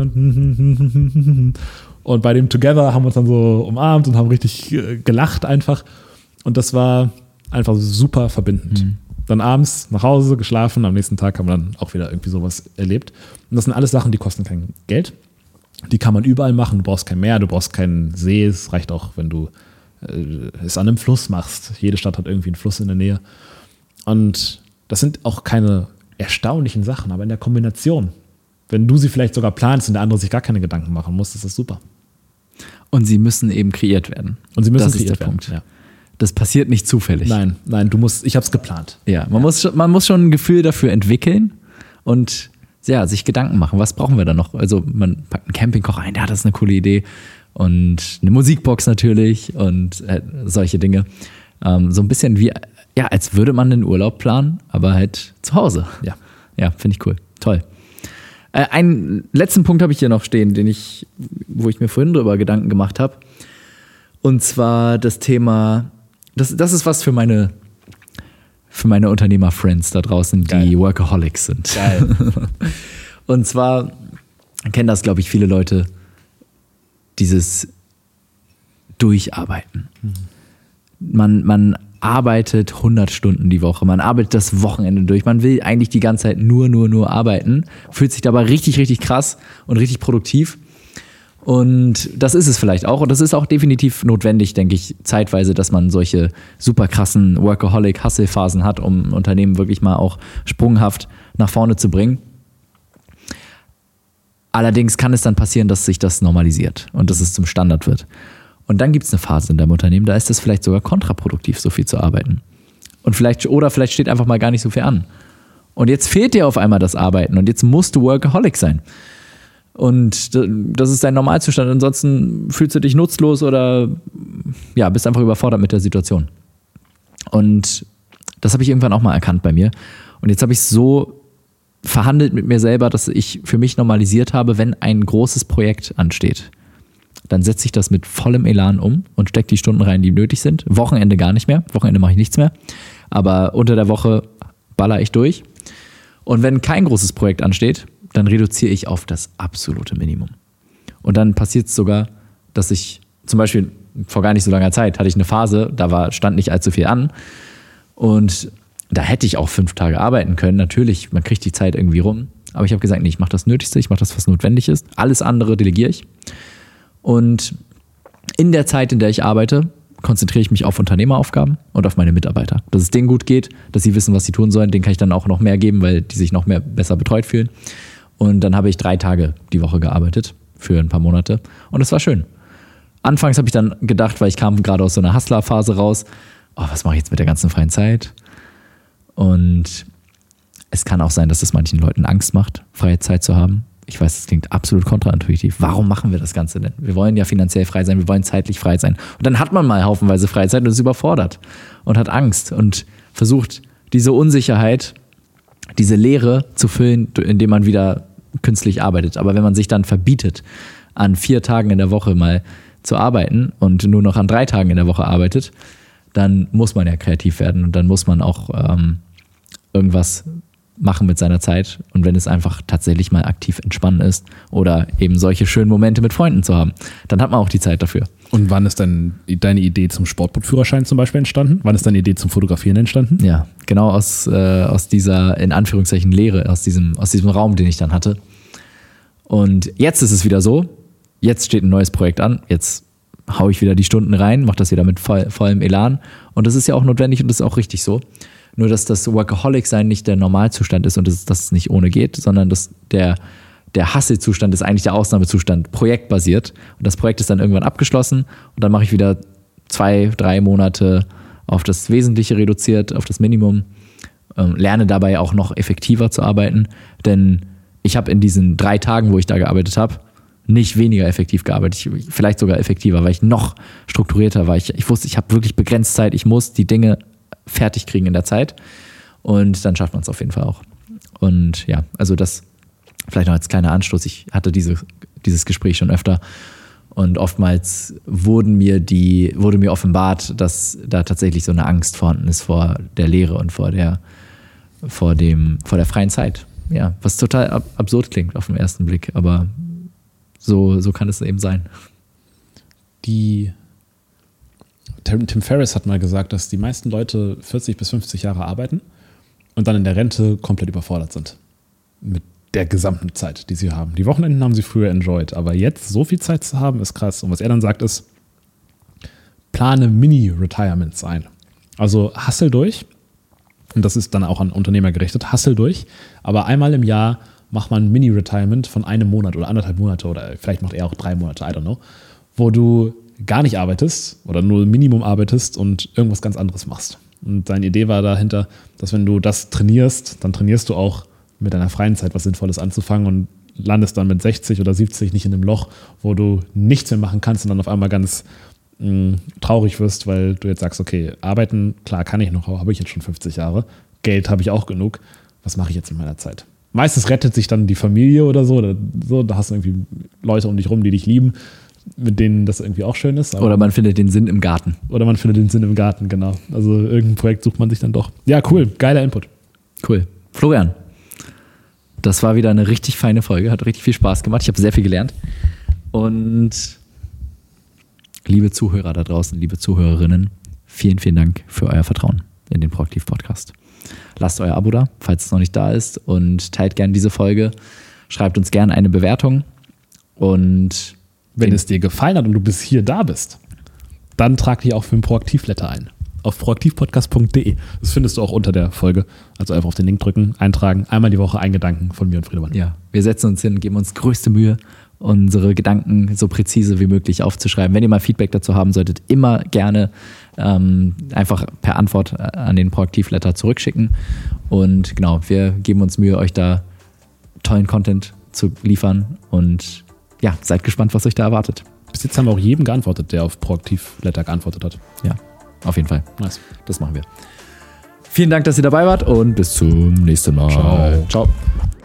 Und bei dem Together haben wir uns dann so umarmt und haben richtig gelacht einfach. Und das war einfach super verbindend. Dann abends nach Hause geschlafen, am nächsten Tag haben wir dann auch wieder irgendwie sowas erlebt. Und das sind alles Sachen, die kosten kein Geld. Die kann man überall machen. Du brauchst kein Meer, du brauchst keinen See. Es reicht auch, wenn du es an einem Fluss machst. Jede Stadt hat irgendwie einen Fluss in der Nähe. Und das sind auch keine erstaunlichen Sachen, aber in der Kombination, wenn du sie vielleicht sogar planst und der andere sich gar keine Gedanken machen muss, ist das super. Und sie müssen eben kreiert werden. Und sie müssen das kreiert ist der werden. Punkt. Ja. Das passiert nicht zufällig. Nein, ich habe es geplant. Ja, man muss schon ein Gefühl dafür entwickeln und ja, sich Gedanken machen. Was brauchen wir da noch? Also man packt einen Campingkocher ein, ja, das ist eine coole Idee. Und eine Musikbox natürlich und solche Dinge. So ein bisschen wie, ja, als würde man den Urlaub planen, aber halt zu Hause. Ja, finde ich cool. Toll. Einen letzten Punkt habe ich hier noch stehen, wo ich mir vorhin drüber Gedanken gemacht habe. Und zwar das Thema, das ist was für meine Unternehmer-Friends da draußen, die Geil. Workaholics sind. Geil. Und zwar kennen das, glaube ich, viele Leute, dieses Durcharbeiten. Man arbeitet 100 Stunden die Woche, man arbeitet das Wochenende durch, man will eigentlich die ganze Zeit nur arbeiten, fühlt sich dabei richtig, richtig krass und richtig produktiv. Und das ist es vielleicht auch. Und das ist auch definitiv notwendig, denke ich, zeitweise, dass man solche super krassen Workaholic-Hustle-Phasen hat, um Unternehmen wirklich mal auch sprunghaft nach vorne zu bringen. Allerdings kann es dann passieren, dass sich das normalisiert und dass es zum Standard wird. Und dann gibt es eine Phase in deinem Unternehmen, da ist es vielleicht sogar kontraproduktiv, so viel zu arbeiten. Und vielleicht steht einfach mal gar nicht so viel an. Und jetzt fehlt dir auf einmal das Arbeiten und jetzt musst du Workaholic sein. Und das ist dein Normalzustand. Ansonsten fühlst du dich nutzlos oder ja, bist einfach überfordert mit der Situation. Und das habe ich irgendwann auch mal erkannt bei mir. Und jetzt habe ich so verhandelt mit mir selber, dass ich für mich normalisiert habe, wenn ein großes Projekt ansteht, dann setze ich das mit vollem Elan um und stecke die Stunden rein, die nötig sind. Wochenende gar nicht mehr. Wochenende mache ich nichts mehr. Aber unter der Woche baller ich durch. Und wenn kein großes Projekt ansteht, dann reduziere ich auf das absolute Minimum. Und dann passiert es sogar, dass ich zum Beispiel vor gar nicht so langer Zeit hatte ich eine Phase, stand nicht allzu viel an. Und da hätte ich auch 5 Tage arbeiten können. Natürlich, man kriegt die Zeit irgendwie rum. Aber ich habe gesagt, nee, ich mache das Nötigste, ich mache das, was notwendig ist. Alles andere delegiere ich. Und in der Zeit, in der ich arbeite, konzentriere ich mich auf Unternehmeraufgaben und auf meine Mitarbeiter. Dass es denen gut geht, dass sie wissen, was sie tun sollen. Denen kann ich dann auch noch mehr geben, weil die sich noch besser betreut fühlen. Und dann habe ich 3 Tage die Woche gearbeitet für ein paar Monate. Und es war schön. Anfangs habe ich dann gedacht, weil ich kam gerade aus so einer Hustler-Phase raus, was mache ich jetzt mit der ganzen freien Zeit? Und es kann auch sein, dass es manchen Leuten Angst macht, freie Zeit zu haben. Ich weiß, das klingt absolut kontraintuitiv. Warum machen wir das Ganze denn? Wir wollen ja finanziell frei sein, wir wollen zeitlich frei sein. Und dann hat man mal haufenweise Freizeit und ist überfordert und hat Angst und versucht, diese Unsicherheit, diese Leere zu füllen, indem man wieder künstlich arbeitet. Aber wenn man sich dann verbietet, an 4 Tagen in der Woche mal zu arbeiten und nur noch an 3 Tagen in der Woche arbeitet, dann muss man ja kreativ werden und dann muss man auch irgendwas machen mit seiner Zeit und wenn es einfach tatsächlich mal aktiv entspannen ist oder eben solche schönen Momente mit Freunden zu haben, dann hat man auch die Zeit dafür. Und wann ist denn deine Idee zum Sportbootführerschein zum Beispiel entstanden? Wann ist deine Idee zum Fotografieren entstanden? Ja, genau aus dieser, in Anführungszeichen, Lehre, aus diesem Raum, den ich dann hatte. Und jetzt ist es wieder so, jetzt steht ein neues Projekt an, jetzt haue ich wieder die Stunden rein, mache das wieder mit vollem Elan und das ist ja auch notwendig und das ist auch richtig so. Nur, dass das Workaholic-Sein nicht der Normalzustand ist und dass das nicht ohne geht, sondern dass der Hustle-Zustand ist eigentlich der Ausnahmezustand, projektbasiert. Und das Projekt ist dann irgendwann abgeschlossen und dann mache ich wieder 2-3 Monate auf das Wesentliche reduziert, auf das Minimum, lerne dabei auch noch effektiver zu arbeiten, denn ich habe in diesen 3 Tagen, wo ich da gearbeitet habe, nicht weniger effektiv gearbeitet, vielleicht sogar effektiver, weil ich noch strukturierter war. Ich wusste, ich habe wirklich begrenzt Zeit, ich muss die Dinge fertig kriegen in der Zeit und dann schafft man es auf jeden Fall auch. Und ja, also das vielleicht noch als kleiner Anstoß. Ich hatte dieses Gespräch schon öfter und oftmals wurde mir offenbart, dass da tatsächlich so eine Angst vorhanden ist vor der Lehre und vor der freien Zeit. Ja, was total absurd klingt auf den ersten Blick, aber so kann es eben sein. Tim Ferriss hat mal gesagt, dass die meisten Leute 40 bis 50 Jahre arbeiten und dann in der Rente komplett überfordert sind mit der gesamten Zeit, die sie haben. Die Wochenenden haben sie früher enjoyed, aber jetzt so viel Zeit zu haben, ist krass. Und was er dann sagt ist, plane Mini-Retirements ein. Also hustle durch, und das ist dann auch an Unternehmer gerichtet, hustle durch, aber einmal im Jahr macht man ein Mini-Retirement von 1 Monat oder 1,5 Monate oder vielleicht macht er auch 3 Monate, I don't know, wo du gar nicht arbeitest oder nur Minimum arbeitest und irgendwas ganz anderes machst. Und seine Idee war dahinter, dass wenn du das trainierst, dann trainierst du auch mit deiner freien Zeit was Sinnvolles anzufangen und landest dann mit 60 oder 70 nicht in einem Loch, wo du nichts mehr machen kannst und dann auf einmal ganz traurig wirst, weil du jetzt sagst, okay, arbeiten, klar kann ich noch, aber habe ich jetzt schon 50 Jahre. Geld habe ich auch genug. Was mache ich jetzt in meiner Zeit? Meistens rettet sich dann die Familie oder so. Da hast du irgendwie Leute um dich rum, die dich lieben, mit denen das irgendwie auch schön ist. Oder man findet den Sinn im Garten. Genau. Also irgendein Projekt sucht man sich dann doch. Ja, cool. Geiler Input. Cool. Florian, das war wieder eine richtig feine Folge. Hat richtig viel Spaß gemacht. Ich habe sehr viel gelernt. Und liebe Zuhörer da draußen, liebe Zuhörerinnen, vielen, vielen Dank für euer Vertrauen in den Proaktiv-Podcast. Lasst euer Abo da, falls es noch nicht da ist, und teilt gerne diese Folge. Schreibt uns gerne eine Bewertung. Und wenn es dir gefallen hat und du bis hier da bist, dann trag dich auch für ein Proaktiv-Letter ein. Auf proaktivpodcast.de. Das findest du auch unter der Folge. Also einfach auf den Link drücken, eintragen. Einmal die Woche ein Gedanken von mir und Friedemann. Ja, wir setzen uns hin, geben uns größte Mühe, unsere Gedanken so präzise wie möglich aufzuschreiben. Wenn ihr mal Feedback dazu haben solltet, immer gerne einfach per Antwort an den Proaktiv-Letter zurückschicken. Und genau, wir geben uns Mühe, euch da tollen Content zu liefern. Und ja, seid gespannt, was euch da erwartet. Bis jetzt haben wir auch jedem geantwortet, der auf Proaktiv-Letter geantwortet hat. Ja, auf jeden Fall. Nice. Das machen wir. Vielen Dank, dass ihr dabei wart und bis zum nächsten Mal. Ciao.